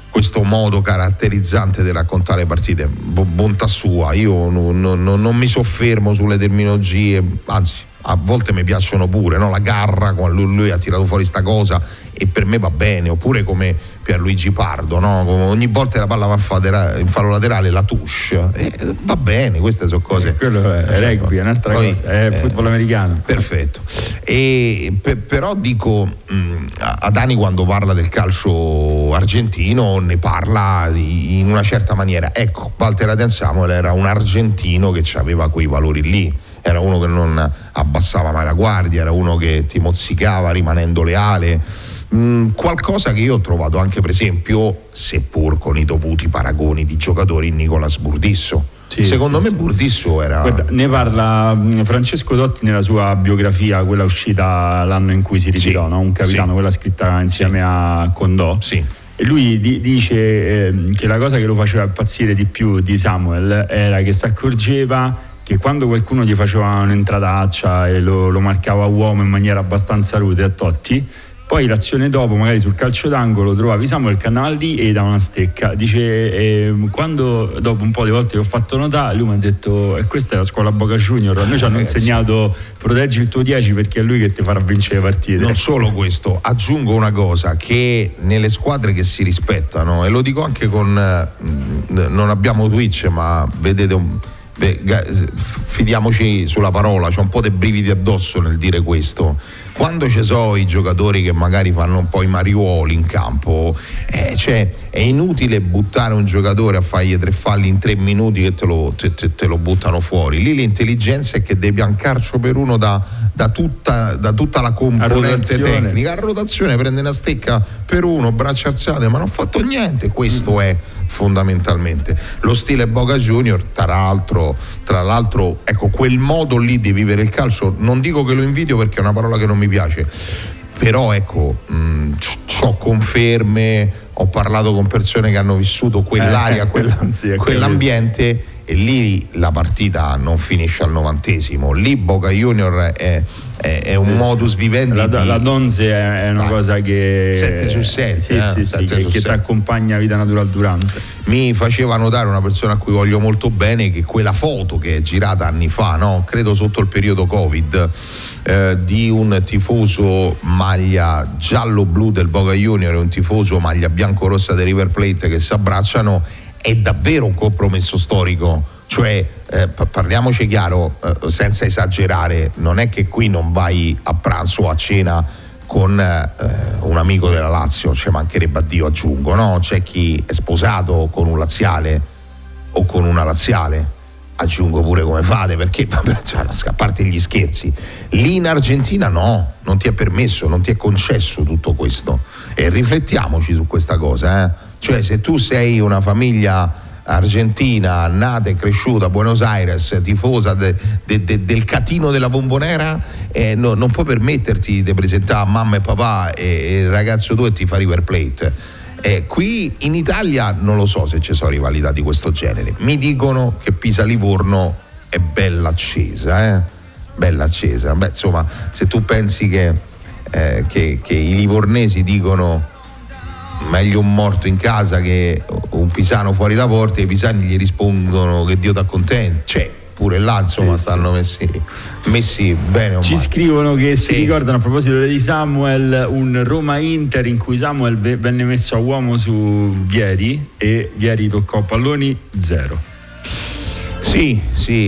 questo modo caratterizzante di raccontare le partite, bontà sua. Io non mi soffermo sulle terminologie, anzi a volte mi piacciono pure, no? La garra, quando lui ha tirato fuori sta cosa e per me va bene, oppure come Pierluigi Pardo, no? Come ogni volta che la palla va in fallo laterale la touche, va bene, queste sono cose. Quello è rugby, è un'altra cosa, è football americano. Perfetto. Però dico, a Dani quando parla del calcio argentino ne parla in una certa maniera. Ecco, Walter Adrian Samuel era un argentino che aveva quei valori lì. Era uno che non abbassava mai la guardia, era uno che ti mozzicava rimanendo leale. Qualcosa che io ho trovato anche, per esempio, seppur con i dovuti paragoni di giocatori, in Nicolas Burdisso. Secondo me Burdisso era... Guarda, ne parla Francesco Totti nella sua biografia, quella uscita l'anno in cui si ritirò, no? Un capitano, quella scritta insieme a Condò. E lui dice che la cosa che lo faceva impazzire di più di Samuel era che si accorgeva che quando qualcuno gli faceva un'entrataccia e lo marcava uomo in maniera abbastanza rude a Totti, poi l'azione dopo, magari sul calcio d'angolo, trovavi Samuel che andava lì e gli dava una stecca. Dice, quando dopo un po' di volte che ho fatto notare, lui mi ha detto, e questa è la scuola Boca Junior, a noi ci hanno insegnato proteggi il tuo 10 perché è lui che ti farà vincere le partite. Non solo questo, aggiungo una cosa, che nelle squadre che si rispettano, e lo dico anche con non abbiamo Twitch, ma vedete fidiamoci sulla parola, c'ho un po' dei brividi addosso nel dire questo. Quando ci sono i giocatori che magari fanno un po' i mariuoli in campo, cioè è inutile buttare un giocatore a fargli 3 falli in 3 minuti che te lo buttano fuori. Lì l'intelligenza è che devi biancarcio per uno da tutta la componente tecnica. A rotazione prende una stecca per uno, braccia alzate, ma non ha fatto niente. Questo è fondamentalmente lo stile Boca Junior. Tra l'altro, ecco, quel modo lì di vivere il calcio, non dico che lo invidio perché è una parola che non mi piace, però ecco, c'ho conferme, ho parlato con persone che hanno vissuto quell'area, quell'ambiente, e lì la partita non finisce al 90°. Lì Boca Junior è un modus vivendi. La Donze è una cosa che 7 su 7 che ti accompagna a vita naturale durante. Mi faceva notare una persona a cui voglio molto bene che quella foto che è girata anni fa, no? Credo sotto il periodo Covid, di un tifoso maglia giallo-blu del Boca Junior e un tifoso maglia bianco-rossa del River Plate che si abbracciano, è davvero un compromesso storico. Cioè, parliamoci chiaro, senza esagerare, non è che qui non vai a pranzo o a cena con un amico della Lazio, ci mancherebbe a Dio, aggiungo, no? C'è chi è sposato con un laziale o con una laziale, aggiungo pure come fate, perché cioè, a parte gli scherzi, lì in Argentina no, non ti è permesso, non ti è concesso tutto questo, e riflettiamoci su questa cosa, cioè se tu sei una famiglia argentina nata e cresciuta a Buenos Aires, tifosa del catino della Bombonera, non puoi permetterti di presentare a mamma e papà e il ragazzo tuo e ti fa River Plate. Qui in Italia non lo so se ci sono rivalità di questo genere. Mi dicono che Pisa-Livorno è bella accesa, bella accesa. Beh, insomma, se tu pensi che i livornesi dicono meglio un morto in casa che un pisano fuori la porta, e i pisani gli rispondono che Dio t'accontenti, cioè pure là insomma stanno messi bene o male. Ci scrivono che si ricordano, a proposito di Samuel, un Roma-Inter in cui Samuel venne messo a uomo su Vieri e Vieri toccò palloni 0. Sì,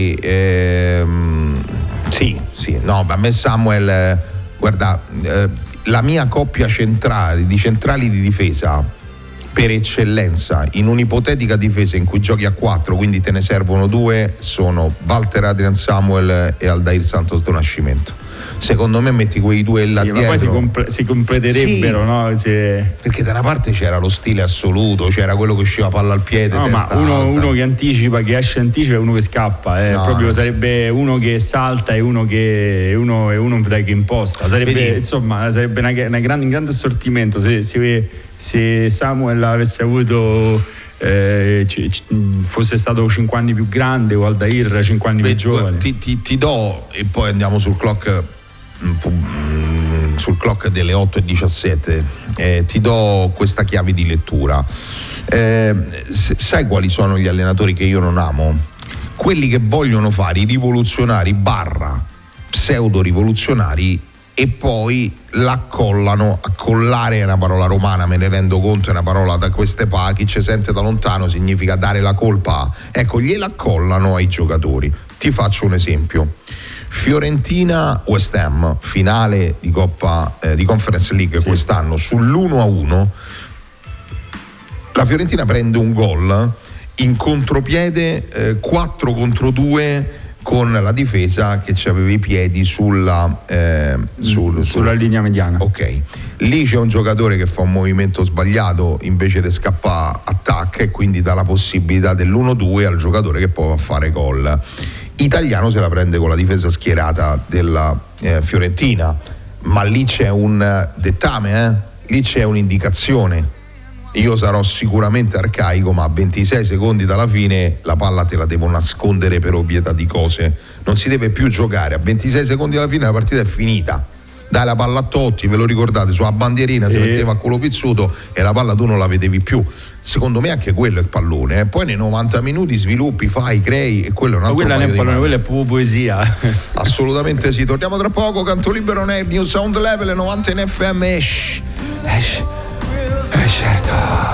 no, a me Samuel, guarda, la mia coppia di centrali di difesa per eccellenza in un'ipotetica difesa in cui giochi a 4, quindi te ne servono 2, sono Walter Adrian Samuel e Aldair Santos do Nascimento. Secondo me metti quei due là dietro, ma poi si completerebbero, no? Perché da una parte c'era lo stile assoluto, c'era quello che usciva palla al piede, no, ma uno che anticipa, che esce anticipa, e uno che scappa, proprio sarebbe uno che salta e uno che imposta, sarebbe un grande assortimento se Samuel avesse avuto fosse stato 5 anni più grande o Aldair 5 anni più giovane. Ti do, e poi andiamo sul clock delle 8:17, ti do questa chiave di lettura. Sai quali sono gli allenatori che io non amo? Quelli che vogliono fare i rivoluzionari / pseudo rivoluzionari e poi l'accollano. Accollare è una parola romana, me ne rendo conto, è una parola da queste chi ci sente da lontano significa dare la colpa. Ecco, gliela accollano ai giocatori. Ti faccio un esempio. Fiorentina West Ham, finale di Coppa di Conference League quest'anno, sull'1-1 la Fiorentina prende un gol in contropiede 4 contro 2 con la difesa che ci aveva i piedi sulla linea mediana. Ok, lì c'è un giocatore che fa un movimento sbagliato, invece di scappare attacca e quindi dà la possibilità dell'1-2 al giocatore che poi va a fare gol. Italiano se la prende con la difesa schierata della Fiorentina, ma lì c'è un dettame, lì c'è un'indicazione. Io sarò sicuramente arcaico, ma a 26 secondi dalla fine la palla te la devo nascondere per ovvietà di cose. Non si deve più giocare, a 26 secondi dalla fine la partita è finita. Dai la palla a Totti, ve lo ricordate, sulla bandierina si metteva a culo pizzuto e la palla tu non la vedevi più. Secondo me anche quello è il pallone, poi nei 90 minuti sviluppi, fai, crei, e quello è un altro paio di pallone, quella è proprio poesia. Assolutamente sì. Torniamo tra poco, Canto Libero Air, New Sound Level 90 in FM. Certo.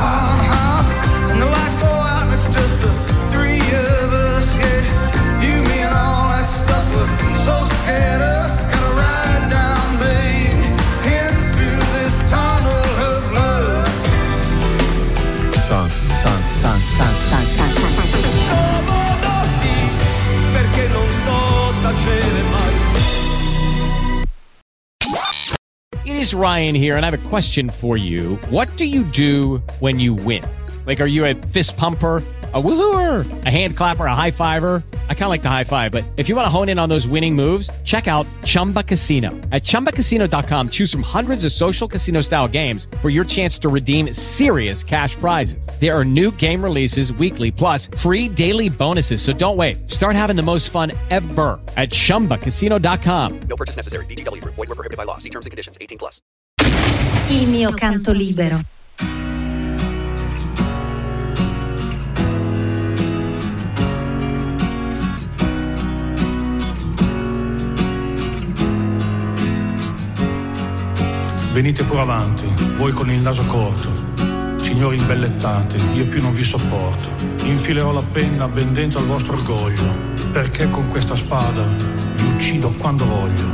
It is Ryan here, and I have a question for you. What do you do when you win? Like, are you a fist pumper, a woohooer, a hand clapper, a high fiver? I kind of like the high five, but if you want to hone in on those winning moves, check out Chumba Casino. At ChumbaCasino.com, choose from hundreds of social casino-style games for your chance to redeem serious cash prizes. There are new game releases weekly, plus free daily bonuses, so don't wait. Start having the most fun ever at ChumbaCasino.com. No purchase necessary. VGW. Void where prohibited by law. See terms and conditions. 18+. Il mio canto libero. Venite pure avanti, voi con il naso corto. Signori imbellettate, io più non vi sopporto. Infilerò la penna ben dentro al vostro orgoglio, perché con questa spada vi uccido quando voglio.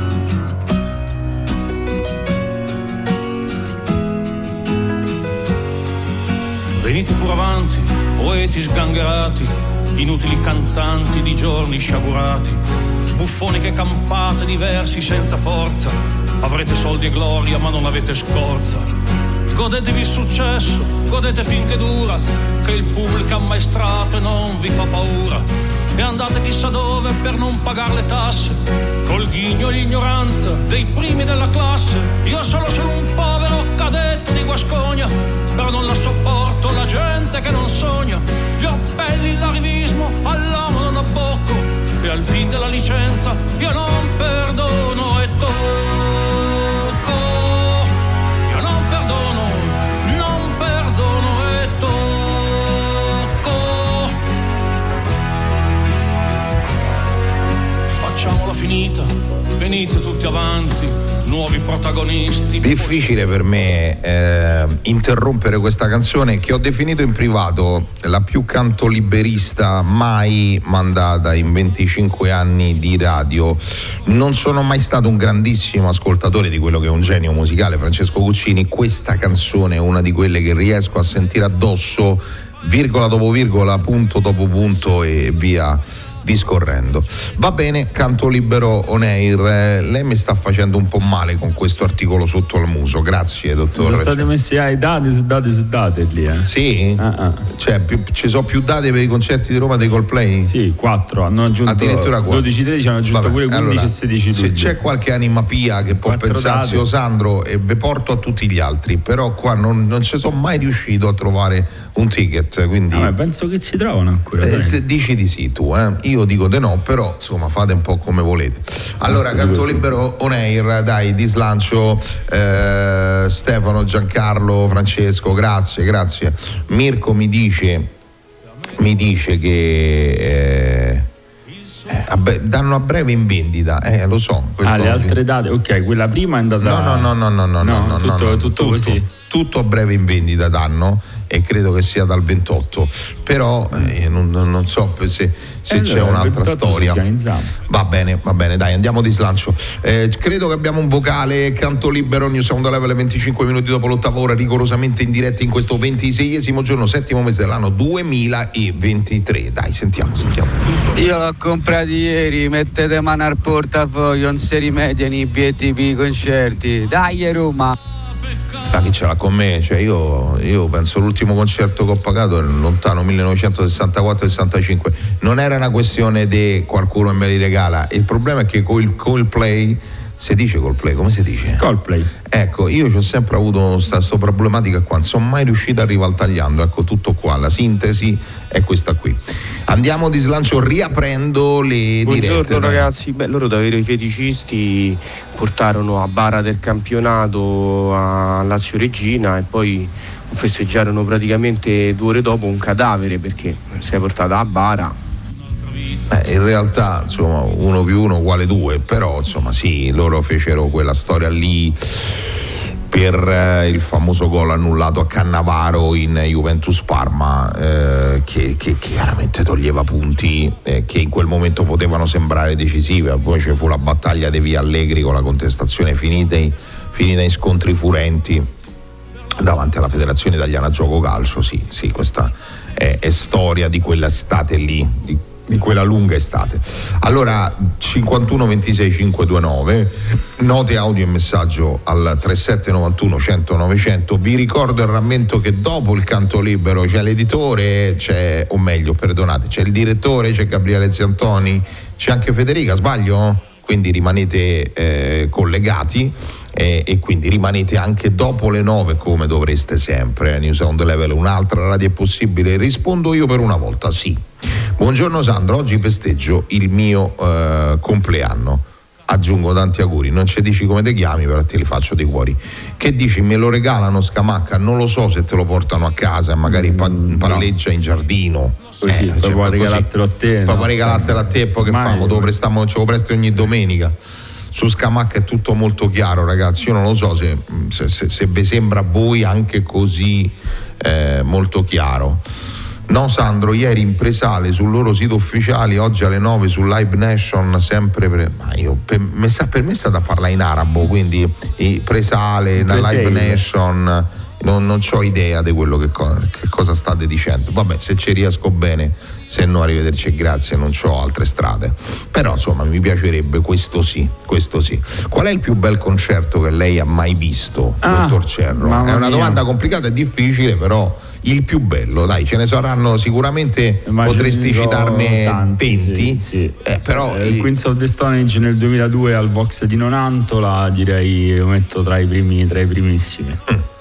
Venite pure avanti, poeti sgangherati, inutili cantanti di giorni sciagurati, buffoni che campate di versi senza forza. Avrete soldi e gloria ma non avete scorza. Godetevi il successo, godete finché dura, che il pubblico è ammaestrato e non vi fa paura. E andate chissà dove per non pagare le tasse, col ghigno e l'ignoranza dei primi della classe. Io sono solo un povero cadetto di Guascogna, però non la sopporto la gente che non sogna. Gli appelli, l'arrivismo, all'amo non abbocco, e al fin della licenza io non perdono e tocco. Io non perdono e tocco. Facciamola finita, venite tutti avanti, nuovi protagonisti. Difficile per me interrompere questa canzone che ho definito in privato la più cantoliberista mai mandata in 25 anni di radio. Non sono mai stato un grandissimo ascoltatore di quello che è un genio musicale, Francesco Guccini. Questa canzone è una di quelle che riesco a sentire addosso, virgola dopo virgola, punto dopo punto e via discorrendo. Va bene, Canto Libero on air. Lei mi sta facendo un po' male con questo articolo sotto al muso. Grazie, dottore. Sono state messe date su date lì, Sì? Cioè ci sono più date per i concerti di Roma dei Coldplay? Sì, 4, hanno aggiunto addirittura 12-13, hanno aggiunto pure 15 e 16 se c'è qualche anima pia che può pensarsi o Sandro, e ve porto a tutti gli altri, però qua non ci sono mai riuscito a trovare un ticket, quindi penso che si trovano ancora. Dici di sì tu, io io dico di no, però insomma fate un po' come volete. Allora, Canto Libero on air, dai, di slancio, Stefano, Giancarlo, Francesco, grazie. Mirko mi dice che danno a breve in vendita, lo so. Le altre date, ok, quella prima è andata. No, tutto così. Tutto a breve in vendita danno, e credo che sia dal 28, però non so se c'è un'altra storia. Va bene, dai, andiamo di slancio. Credo che abbiamo un vocale. Canto Libero, New Sound Level, 25 minuti dopo l'ottava ora, rigorosamente in diretta in questo 26esimo giorno, settimo mese dell'anno 2023. Dai, sentiamo. Io l'ho comprato ieri, mettete mano al portafoglio, non si rimediano i biglietti per i concerti. Dai Roma! Chi ce l'ha con me? Cioè io penso l'ultimo concerto che ho pagato è lontano 1964-65. Non era una questione di qualcuno me li regala. Il problema è che con il Coldplay, si dice Coldplay, come si dice? Coldplay. Ecco, io ci ho sempre avuto questa problematica qua, non sono mai riuscito a arrivare al tagliando. Ecco, tutto qua, la sintesi è questa qui. Andiamo di slancio riaprendo le dirette. Buongiorno ragazzi, loro davvero i feticisti portarono a bara del campionato a Lazio Regina e poi festeggiarono praticamente 2 ore dopo un cadavere perché si è portata a bara. In realtà insomma 1 più 1 uguale 2, però insomma sì, loro fecero quella storia lì per il famoso gol annullato a Cannavaro in Juventus Parma, che chiaramente toglieva punti che in quel momento potevano sembrare decisivi. Poi ci fu la battaglia dei Via Allegri con la contestazione finita in scontri furenti davanti alla Federazione Italiana Gioco Calcio. Sì, questa è storia di quella estate lì, di quella lunga estate. Allora 51 26 529, note audio e messaggio al 37 91 100 900. Vi ricordo e rammento che dopo il Canto Libero c'è l'editore, c'è il direttore, c'è Gabriele Ziantoni, c'è anche Federica, sbaglio? Quindi rimanete collegati e quindi rimanete anche dopo le 9 come dovreste sempre. New Sound Level, un'altra radio è possibile? Rispondo io per una volta, sì. Buongiorno Sandro, oggi festeggio il mio compleanno, aggiungo tanti auguri, non ci dici come ti chiami però te li faccio di cuori. Che dici, me lo regalano Scamacca? Non lo so se te lo portano a casa e magari palleggia in giardino. Così, proprio regalartelo a te. Proprio regalartelo a te e poi che famo? Ce lo presti ogni domenica. Su Scamacca è tutto molto chiaro, ragazzi. Io non lo so se vi sembra a voi anche così molto chiaro. No Sandro, ieri in Presale sul loro sito ufficiale, oggi alle 9 su Live Nation, sempre per me è stata a parlare in arabo, quindi Presale, la Live Nation, non ho idea di quello che cosa state dicendo. Vabbè, se ci riesco bene, se no arrivederci e grazie, non c'ho altre strade. Però insomma mi piacerebbe, questo sì. Qual è il più bel concerto che lei ha mai visto, dottor Cerro? È una domanda complicata e difficile, però il più bello, dai, ce ne saranno sicuramente, potresti citarne tanti, 20 sì. Però Queens of the Stone Age nel 2002 al Vox di Nonantola, direi lo metto tra i primissimi.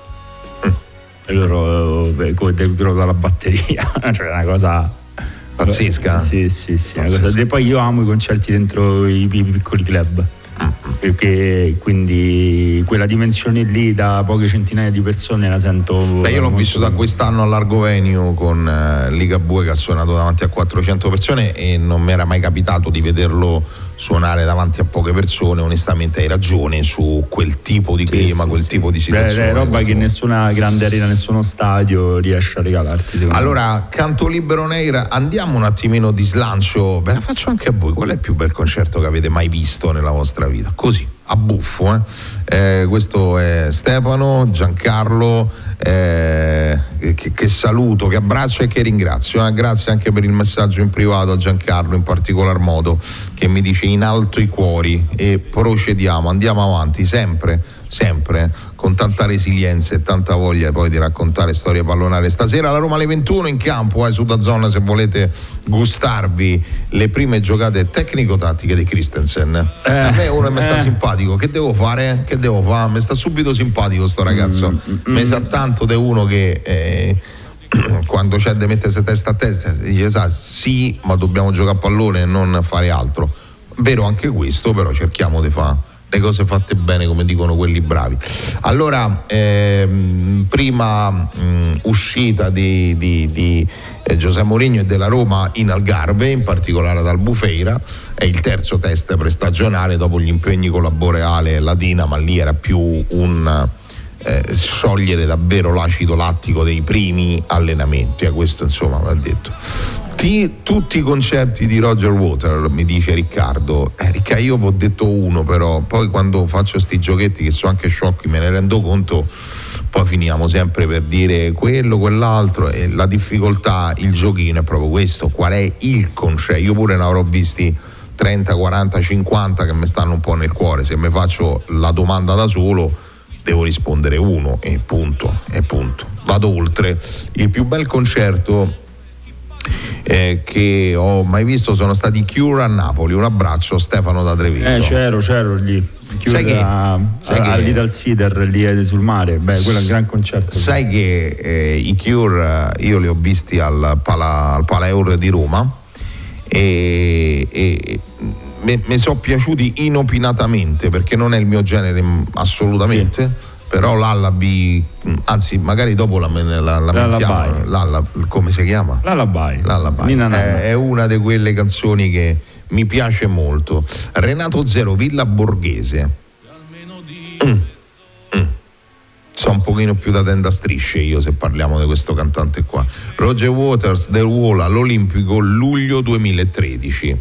E loro dalla batteria, cioè una cosa pazzesca. Sì, una cosa. E poi io amo i concerti dentro i piccoli club, perché quindi quella dimensione lì da poche centinaia di persone la sento. Io l'ho visto da quest'anno all'Argovenio con Ligabue che ha suonato davanti a 400 persone e non mi era mai capitato di vederlo suonare davanti a poche persone. Onestamente hai ragione su quel tipo di clima, tipo di situazione. È roba che nessuna grande arena, nessuno stadio riesce a regalarti. Allora, Canto Libero Neira, andiamo un attimino di slancio, ve la faccio anche a voi. Qual è il più bel concerto che avete mai visto nella vostra vita? Così, a buffo, questo è Stefano, Giancarlo, che saluto, che abbraccio e che ringrazio. Grazie anche per il messaggio in privato a Giancarlo in particolar modo, che mi dice in alto i cuori, e procediamo, andiamo avanti sempre con tanta resilienza e tanta voglia poi di raccontare storie pallonare. Stasera la Roma alle 21 in campo su DAZN, se volete gustarvi le prime giocate tecnico-tattiche di Christensen. A me uno mi sta simpatico, che devo fare? Mi sta subito simpatico sto ragazzo, mi sa tanto di uno che quando c'è da mettersi testa a testa dice sì, ma dobbiamo giocare a pallone e non fare altro. Vero anche questo, però cerchiamo di fare le cose fatte bene, come dicono quelli bravi. Allora, prima uscita di José Mourinho e della Roma in Algarve, in particolare ad Albufeira, è il terzo test prestagionale dopo gli impegni con la Boreale e la Dina, ma lì era più un sciogliere davvero l'acido lattico dei primi allenamenti, questo insomma va detto. Tutti i concerti di Roger Waters, mi dice Riccardo. Riccardo, io ho detto uno, però poi quando faccio sti giochetti che sono anche sciocchi me ne rendo conto, poi finiamo sempre per dire quello, quell'altro, e la difficoltà, il giochino è proprio questo: qual è il concerto? Io pure ne avrò visti 30, 40, 50 che mi stanno un po' nel cuore. Se mi faccio la domanda da solo devo rispondere uno e punto. Vado oltre. Il più bel concerto che ho mai visto sono stati Cure a Napoli. Un abbraccio, Stefano da Treviso. C'ero lì. Cure al Little Cedar lì sul mare. Quello è un gran concerto. Sai che i Cure io li ho visti al Palaeur di Roma e mi sono piaciuti inopinatamente, perché non è il mio genere assolutamente. Sì. Però l'Allaby, anzi magari dopo la mettiamo, come si chiama? L'Allaby. È una di quelle canzoni che mi piace molto. Renato Zero, Villa Borghese. Sono un pochino più da tenda strisce io, se parliamo di questo cantante qua. Roger Waters, The Wall all'Olimpico, luglio 2013.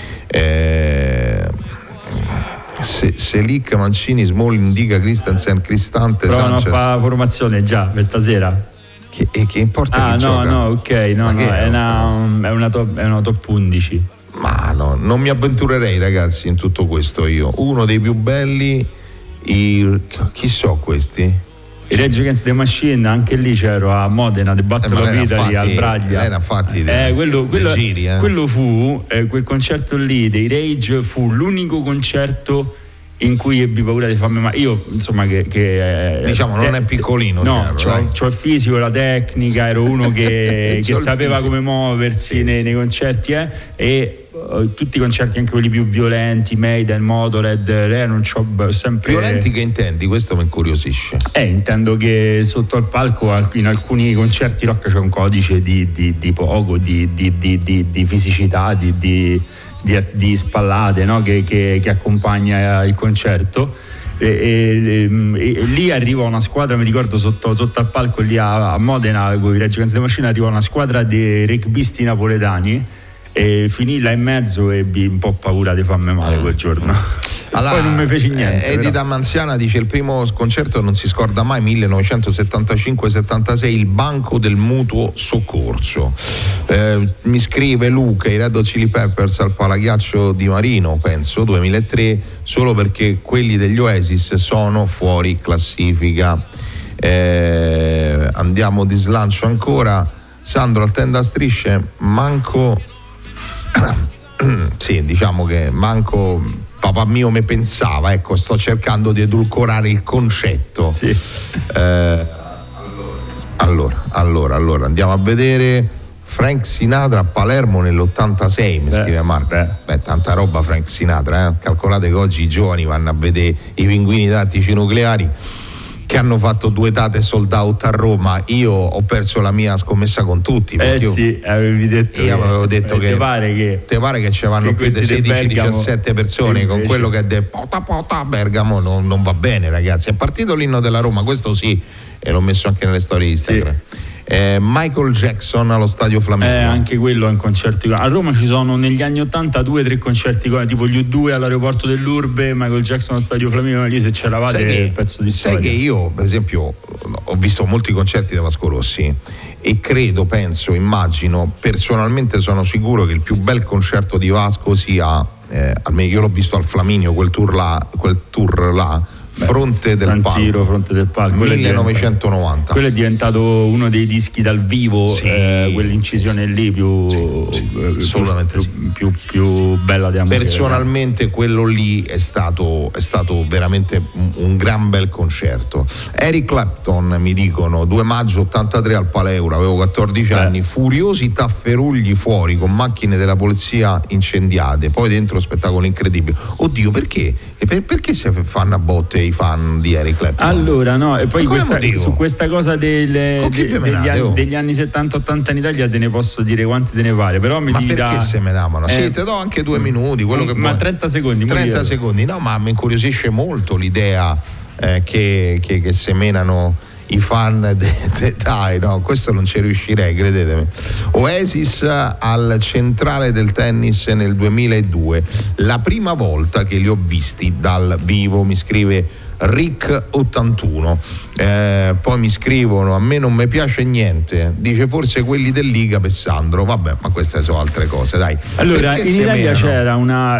Selic, Mancini, Smalling, Indica, Christensen, Cristante, provano Sanchez. a fare la formazione già per stasera. Che importa chi gioca? È una top 11. Ma no, non mi avventurerei, ragazzi, in tutto questo io. Uno dei più belli, chi so questi? I Rage Against the Machine, anche lì c'ero a Modena, The Battle of Italy al Braglia. Lei ne ha fatti quello giri, quello fu quel concerto lì dei Rage fu l'unico concerto in cui ebbi paura di farmi male. Io insomma che diciamo non è piccolino, no, c'ho il fisico, la tecnica, ero uno che sapeva come muoversi nei concerti e tutti i concerti, anche quelli più violenti, Maiden, Motorhead, non c'ho sempre. Violenti che intendi? Questo mi incuriosisce. Intendo che sotto al palco in alcuni concerti rock c'è un codice di poco, di fisicità, di spallate, no? che accompagna il concerto. E lì arriva una squadra, mi ricordo sotto al palco lì a Modena con i Rage Against the Machine, arriva una squadra di rugbyisti napoletani e finì là in mezzo e ebbi un po' paura di farmi male quel giorno. Allora, poi non mi fece niente. Eddie Damanziana dice: il primo concerto non si scorda mai, 1975-76, il Banco del Mutuo Soccorso. Mi scrive Luca, i Red Hot Chili Peppers al Palaghiaccio di Marino, penso 2003, solo perché quelli degli Oasis sono fuori classifica. Andiamo di slancio ancora. Sandro al tenda strisce, manco sì, diciamo che manco papà mio me pensava, ecco, sto cercando di edulcorare il concetto. Sì. Allora andiamo a vedere Frank Sinatra a Palermo nell'86, mi scrive Marco. Tanta roba Frank Sinatra, Calcolate che oggi i giovani vanno a vedere i Pinguini Tattici Nucleari, che hanno fatto 2 date sold out a Roma. Io ho perso la mia scommessa con tutti. Sì, avevi detto. Io avevo detto che te pare che ci vanno più di 16-17 persone, sì, con quello che è de pota a Bergamo non va bene, ragazzi. È partito l'inno della Roma, questo sì, e l'ho messo anche nelle storie Instagram. Sì. Michael Jackson allo Stadio Flaminio, anche quello è un concerto. A Roma ci sono negli anni 80 2 o 3 concerti tipo gli U2 all'aeroporto dell'Urbe, Michael Jackson allo Stadio Flaminio. Lì se c'eravate il pezzo di storia. Sai che io per esempio ho visto molti concerti di Vasco Rossi e immagino, personalmente sono sicuro che il più bel concerto di Vasco sia almeno io l'ho visto al Flaminio, quel tour là Fronte del San Palco. Siro, Fronte del Palco, 1990. Quello è diventato uno dei dischi dal vivo, quell'incisione lì assolutamente più bella della musica. Personalmente quello lì è stato veramente un gran bel concerto. Eric Clapton, mi dicono, 2 maggio 83 al Paleuro, avevo 14 anni, furiosi tafferugli fuori con macchine della polizia incendiate, poi dentro spettacolo incredibile. Oddio, perché? Perché si fanno a botte i fan di Eric Clapton? Allora, no, e poi su questa cosa degli anni 70-80 in Italia te ne posso dire quanti te ne pare, però mi dica... Ma perché se menavano? Sì, te do anche 2 minuti, quello che ma vuoi. 30 secondi. 30 secondi, no, ma mi incuriosisce molto l'idea che semenano i fan dai, no, questo non ci riuscirei, credetemi. Oasis al Centrale del Tennis nel 2002, la prima volta che li ho visti dal vivo, mi scrive Rick81. Poi mi scrivono: a me non mi piace niente, dice forse quelli del Liga per Sandro. Vabbè, ma queste sono altre cose, dai. Allora, in Italia c'era una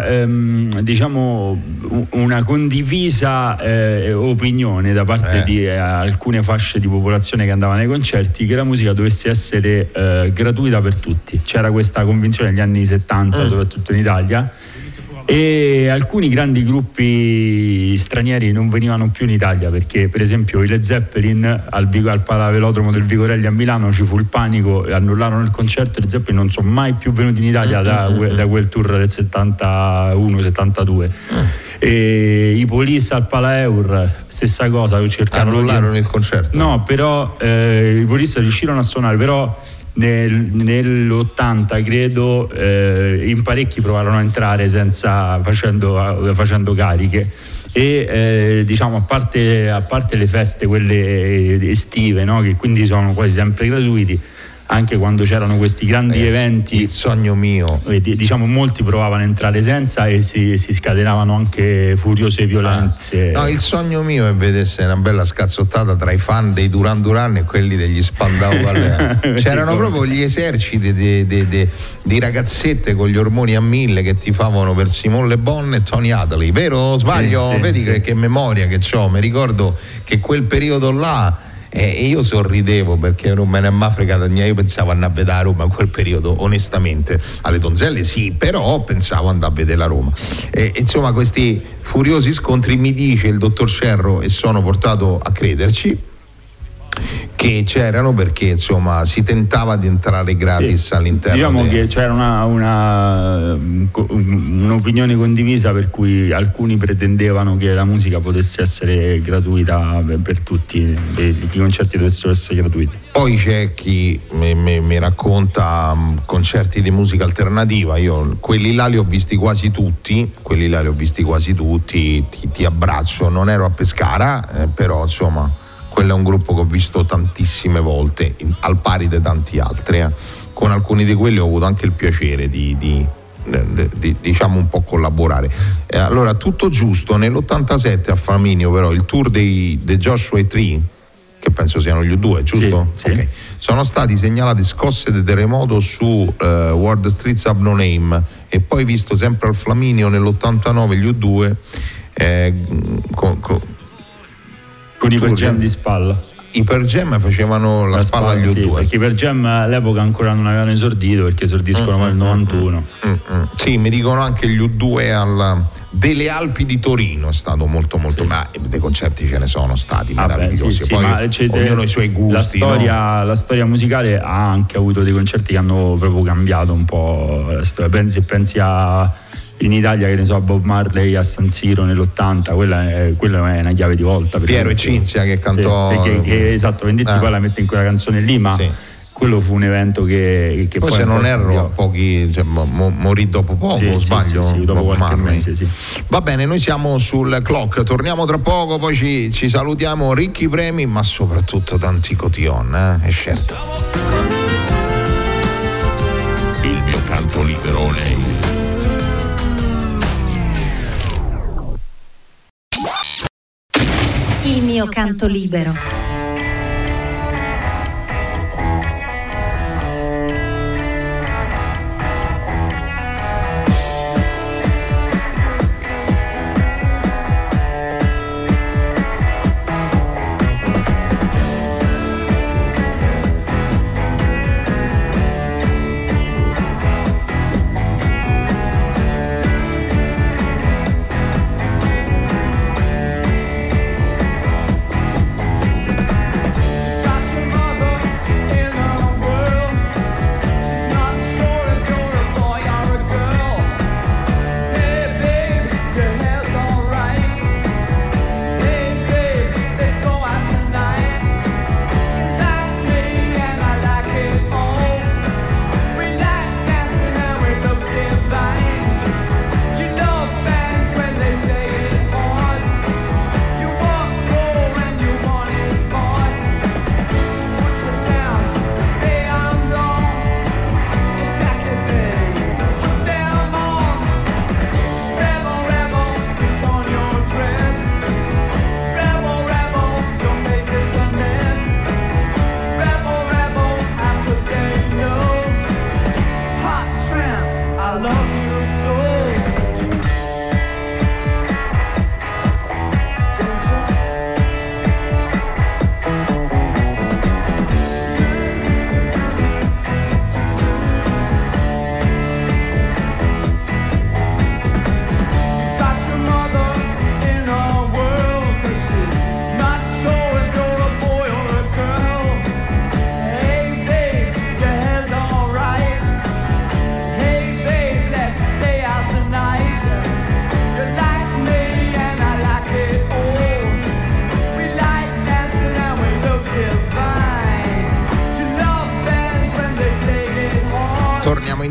una condivisa opinione da parte di alcune fasce di popolazione che andavano ai concerti che la musica dovesse essere gratuita per tutti. C'era questa convinzione negli anni 70, soprattutto in Italia, e alcuni grandi gruppi stranieri non venivano più in Italia perché, per esempio, i Led Zeppelin al Palavelodromo del Vigorelli a Milano ci fu il panico, annullarono il concerto e i Led Zeppelin non sono mai più venuti in Italia da quel tour del 71-72. E i Police al Palaeur, stessa cosa, annullarono il concerto. No, però i Police riuscirono a suonare, però nell'80 credo in parecchi provarono a entrare facendo cariche e diciamo a parte le feste quelle estive, no? Che quindi sono quasi sempre gratuiti, anche quando c'erano questi grandi eventi. Il sogno mio, diciamo, molti provavano a entrare senza e si scatenavano anche furiose violenze. No, il sogno mio è vedersi una bella scazzottata tra i fan dei Duran Duran e quelli degli Spandau Ballet. C'erano proprio gli eserciti di ragazzette con gli ormoni a 1000 che tifavano per Simone Le Bon e Tony Hadley, vero? Sbaglio? Sì, vedi sì. Che memoria che c'ho. Mi ricordo che quel periodo là, e io sorridevo perché non me ne è mai fregato niente. Io pensavo andare a vedere a Roma in quel periodo, onestamente. Alle donzelle sì, però pensavo andare a vedere la Roma. Insomma, questi furiosi scontri, mi dice il dottor Cerro, e sono portato a crederci, che c'erano perché insomma si tentava di entrare gratis all'interno. Diciamo che c'era un'opinione condivisa per cui alcuni pretendevano che la musica potesse essere gratuita per tutti, i concerti dovessero essere gratuiti. Poi c'è chi mi racconta concerti di musica alternativa. Io quelli là li ho visti quasi tutti, ti abbraccio. Non ero a Pescara, però insomma quello è un gruppo che ho visto tantissime volte, al pari di tanti altri. Con alcuni di quelli ho avuto anche il piacere di diciamo un po' collaborare. Allora, tutto giusto, nell'87 a Flaminio però il tour dei Joshua Tree, che penso siano gli U2, giusto? Sì. Okay. Sono stati segnalati scosse di terremoto su World Streets Have No Name, e poi visto sempre al Flaminio nell'89 gli U2 con i Pearl Jam di spalla. I Pearl Jam facevano la spalla agli U2. Perché i Pearl Jam all'epoca ancora non avevano esordito, perché esordiscono nel 91. Sì, mi dicono anche gli U2 delle Alpi di Torino, è stato molto ma dei concerti ce ne sono stati meravigliosi. Poi ognuno i suoi gusti. La storia musicale ha anche avuto dei concerti che hanno proprio cambiato un po' la storia. Pensi in Italia, che ne so, a Bob Marley a San Siro nell'80, quella è una chiave di volta. Piero e Cinzia che cantò. Esatto, Venditti poi la mette in quella canzone lì, ma quello fu un evento che poi se non erro a pochi, cioè, morì dopo poco, sbaglio? Sì, dopo qualche mese, sì. Va bene, noi siamo sul clock, torniamo tra poco, poi ci salutiamo, ricchi premi, ma soprattutto tanti cotillon, è certo. Il mio canto liberone. Il mio canto libero.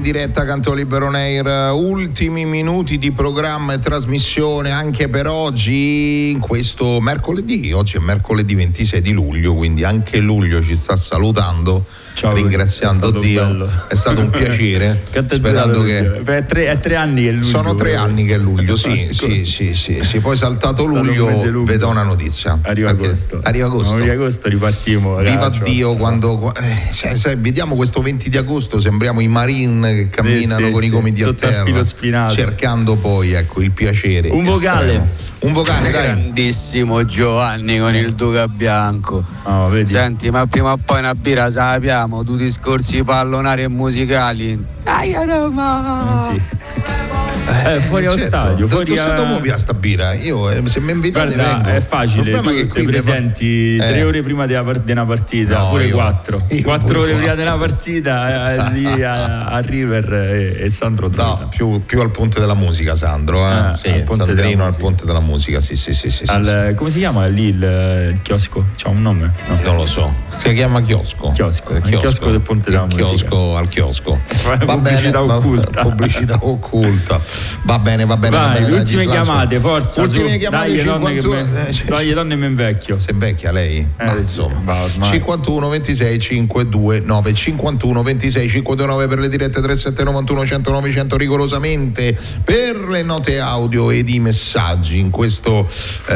diretta Canto Libero On Air, ultimi minuti di programma e trasmissione anche per oggi, in questo mercoledì. Oggi è mercoledì 26 di luglio, quindi anche luglio ci sta salutando. Ciao, ringraziando Dio, bello. È stato un piacere. Sperando che è 3 anni che è luglio. Sono 3 anni che è luglio, sì. Poi saltato luglio, vedo una notizia. Arriva agosto. Arriva agosto ripartiamo. Viva Dio, quando vediamo questo 20 di agosto, sembriamo i Marine che camminano con i gomiti a terra, cercando poi il piacere. Un vocale. Dai. Grandissimo Giovanni con il Duca Bianco. Vedi. Senti, ma prima o poi una birra sappiamo, tu discorsi pallonari e musicali. Roma! Sì. Fuori allo stadio, fuori a sta birra. Io se mi invitate vengo. È facile, tu ti presenti 3 ore prima di una partita, pure 4 ore prima della partita lì a River e Sandro Trota. No, più al Ponte della Musica, Sandro, Sandrino al Ponte della Musica, sì. Come si chiama lì il chiosco? C'ha un nome? No. Non lo so. Si chiama chiosco. Il chiosco del Ponte della Musica. Chiosco al chiosco. Pubblicità occulta. Va bene. Vai, le ultime chiamate, forza. Ultime chiamate, 51. Dai, donne mi invecchio. Se invecchia lei? Insomma. 51 26 529 51 26 529 per le dirette 37 91 109 100 rigorosamente per le note audio ed i messaggi in questo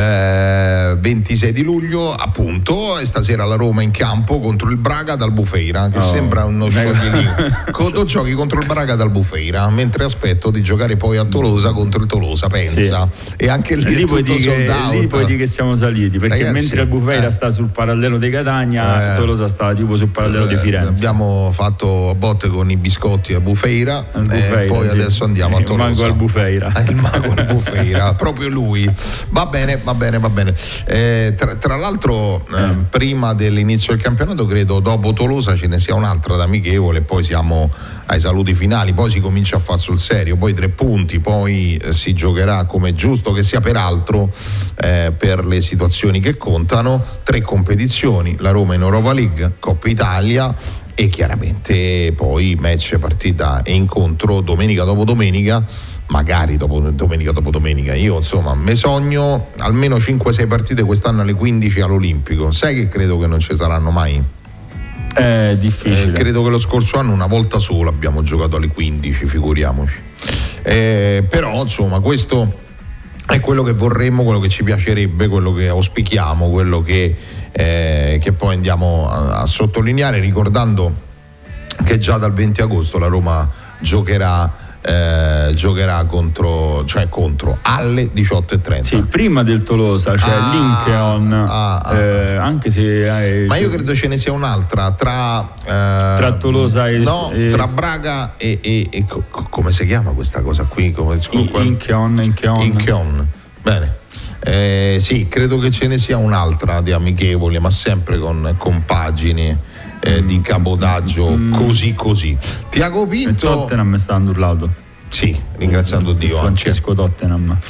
26 di luglio, appunto. E stasera la Roma in campo contro il Braga d'Albufeira, che sembra uno scioglilino. Giochi contro il Braga d'Albufeira, mentre aspetto di giocare poi a Tolosa contro il Tolosa, pensa. Sì. E anche lì è tutto sold out. Lì puoi dire che siamo saliti, perché ragazzi, mentre Albufeira sta sul parallelo di Catania, Tolosa sta tipo sul parallelo di Firenze. Abbiamo fatto a botte con i biscotti a Bufeira, e poi adesso andiamo a Tolosa. Il mago Albufeira. Il mago Albufeira, proprio lui. Va bene. Tra l'altro prima dell'inizio del campionato, credo dopo Tolosa ce ne sia un'altra da amichevole, poi siamo ai saluti finali, poi si comincia a far sul serio, poi 3 punti, poi si giocherà come giusto che sia, peraltro per le situazioni che contano, 3 competizioni, la Roma in Europa League, Coppa Italia e chiaramente poi match, partita e incontro domenica dopo domenica, magari domenica dopo domenica. Io insomma mi sogno almeno 5-6 partite quest'anno alle 15 all'Olimpico. Sai che credo che non ci saranno mai? È difficile. Credo che lo scorso anno una volta sola abbiamo giocato alle 15, figuriamoci. Però insomma questo è quello che vorremmo, quello che ci piacerebbe, quello che auspichiamo, quello che poi andiamo a sottolineare, ricordando che già dal 20 agosto la Roma giocherà contro alle 18:30. Sì, prima del Tolosa c'è Lincoln, anche se ma io credo ce ne sia un'altra tra Tolosa e tra Braga e come si chiama questa cosa qui? Incheon. Bene. Sì, credo che ce ne sia un'altra di amichevoli, ma sempre con pagine di cabotaggio così. Tiago Pinto. Tottenham sta urlato. Sì, ringraziando Dio. Francesco Tottenham.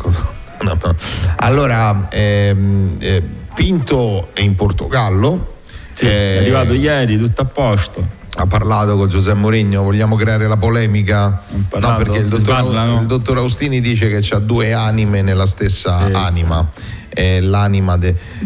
Allora, Pinto è in Portogallo. Sì, è arrivato ieri, tutto a posto. Ha parlato con Giuseppe Mourinho. Vogliamo creare la polemica? No, perché il dottor Austini dice che c'ha 2 anime nella stessa anima. L'anima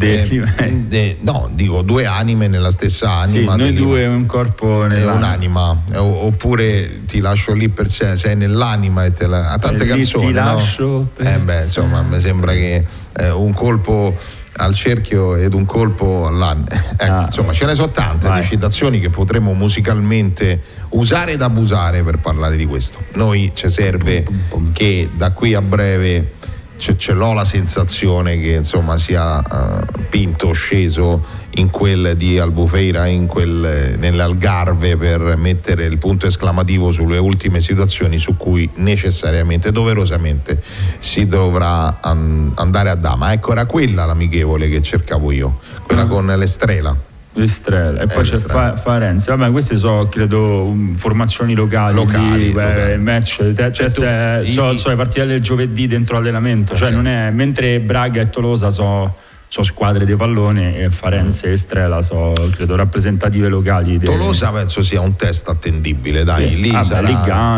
dico 2 anime nella stessa anima. Sì, noi 2 un corpo nell'anima. Un'anima, oppure ti lascio lì per sé, sei nell'anima e ha tante canzoni. Ti lascio insomma, mi sembra che un colpo al cerchio ed un colpo all'anima. Insomma, ce ne sono tante di citazioni che potremmo musicalmente usare ed abusare per parlare di questo. Noi ci serve che da qui a breve ce l'ho la sensazione che insomma sia Pinto sceso in quel di Albufeira, nell'Algarve, per mettere il punto esclamativo sulle ultime situazioni su cui necessariamente, doverosamente si dovrà andare a dama. Ecco, era quella l'amichevole che cercavo io, quella con l'Estrela. E poi c'è Farenze. Vabbè, queste sono credo formazioni locali. Match sono le partite del giovedì dentro allenamento, cioè non è, mentre Braga e Tolosa sono squadre di pallone, e Farenze e Strela credo rappresentative locali. Tolosa penso sia un test attendibile, dai, sì, lì sarà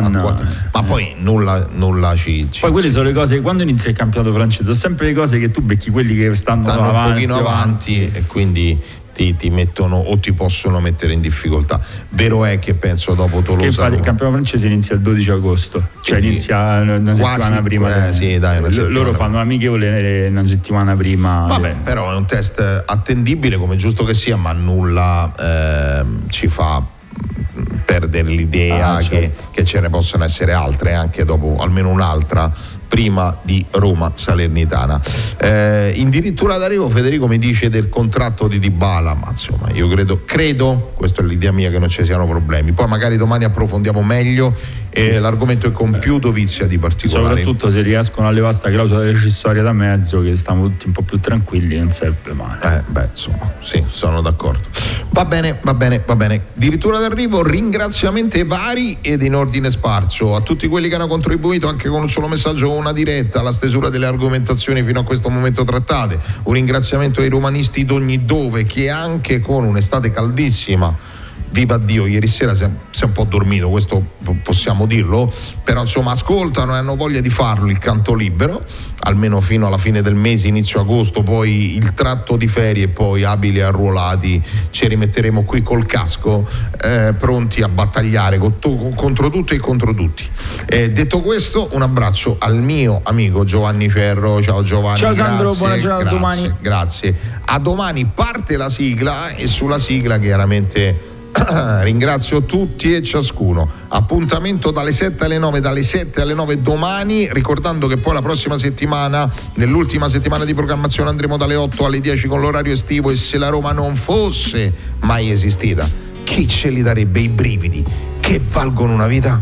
ma poi nulla ci poi quelle sono le cose, quando inizia il campionato francese sono sempre le cose che tu becchi quelli che stanno avanti, un pochino avanti e quindi ti mettono o ti possono mettere in difficoltà. Vero è che penso dopo Tolosa, che infatti il campionato francese inizia il 12 agosto, cioè inizia una settimana prima, sì, dai, una settimana. Loro fanno l'amichevole una settimana prima. Vabbè, però è un test attendibile, come giusto che sia, ma nulla ci fa perdere l'idea certo, che ce ne possono essere altre, anche dopo almeno un'altra prima di Roma Salernitana. Addirittura d'arrivo Federico mi dice del contratto di Dybala, ma insomma io credo, questa è l'idea mia, che non ci siano problemi. Poi magari domani approfondiamo meglio l'argomento è con più dovizia di particolari. Soprattutto se riescono a levare sta clausola rescissoria da mezzo, che stiamo tutti un po' più tranquilli, non serve male. Insomma, sì, sono d'accordo. Va bene. Addirittura d'arrivo ringraziamenti vari ed in ordine sparso a tutti quelli che hanno contribuito anche con un solo messaggio o una diretta alla stesura delle argomentazioni fino a questo momento trattate. Un ringraziamento ai romanisti d'ogni dove, che anche con un'estate caldissima, viva Dio, ieri sera si è un po' dormito, questo possiamo dirlo, però insomma ascoltano e hanno voglia di farlo il canto libero, almeno fino alla fine del mese, inizio agosto, poi il tratto di ferie, poi abili e arruolati ci rimetteremo qui col casco, pronti a battagliare contro tutto e contro tutti. Detto questo, un abbraccio al mio amico Giovanni Ferro. Ciao Giovanni. Ciao Sandro, buona giornata, domani. Grazie. A domani parte la sigla e sulla sigla chiaramente ringrazio tutti e ciascuno. Appuntamento dalle 7 alle 9, dalle 7 alle 9 domani, ricordando che poi la prossima settimana, nell'ultima settimana di programmazione, andremo dalle 8 alle 10 con l'orario estivo, e se la Roma non fosse mai esistita, chi ce li darebbe i brividi che valgono una vita?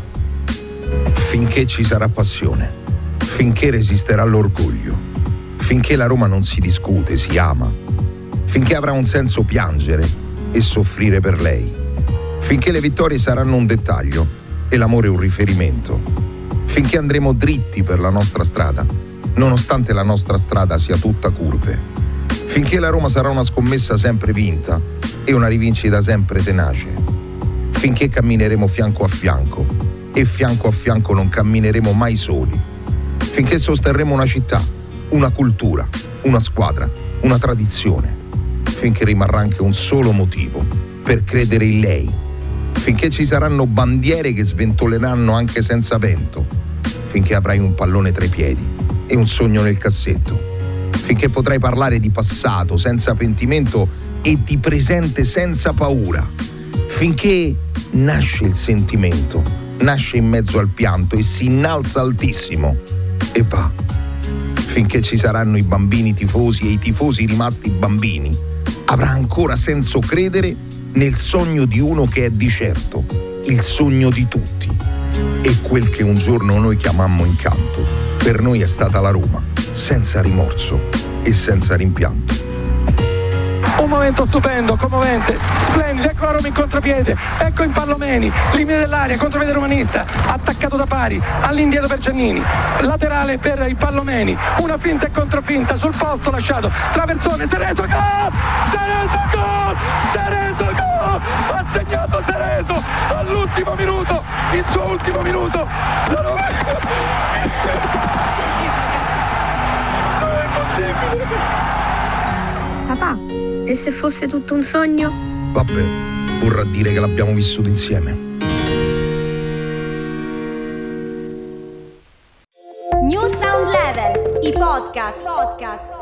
Finché ci sarà passione, finché resisterà l'orgoglio, finché la Roma non si discute, si ama, finché avrà un senso piangere e soffrire per lei, finché le vittorie saranno un dettaglio e l'amore un riferimento, finché andremo dritti per la nostra strada, nonostante la nostra strada sia tutta curve, finché la Roma sarà una scommessa sempre vinta e una rivincita sempre tenace, finché cammineremo fianco a fianco e fianco a fianco non cammineremo mai soli, finché sosterremo una città, una cultura, una squadra, una tradizione, finché rimarrà anche un solo motivo per credere in lei, finché ci saranno bandiere che sventoleranno anche senza vento, finché avrai un pallone tra i piedi e un sogno nel cassetto, finché potrai parlare di passato senza pentimento e di presente senza paura, finché nasce il sentimento, nasce in mezzo al pianto e si innalza altissimo e va, finché ci saranno i bambini tifosi e i tifosi rimasti bambini, avrà ancora senso credere nel sogno di uno che è di certo il sogno di tutti, e quel che un giorno noi chiamammo incanto per noi è stata la Roma, senza rimorso e senza rimpianto. Un momento stupendo, commovente, splendido, ecco la Roma in contropiede, ecco in Pallomeni, limite dell'area, contropiede romanista, attaccato da pari, all'indietro per Giannini, laterale per il Pallomeni, una finta e controfinta sul posto lasciato, traversone, Cerezo, gol! Cerezo, gol! Ha segnato Cerezo all'ultimo minuto, il suo ultimo minuto, la Roma... Non è possibile! Papà, e se fosse tutto un sogno? Vabbè, vorrà dire che l'abbiamo vissuto insieme. New Sound Level, i podcast.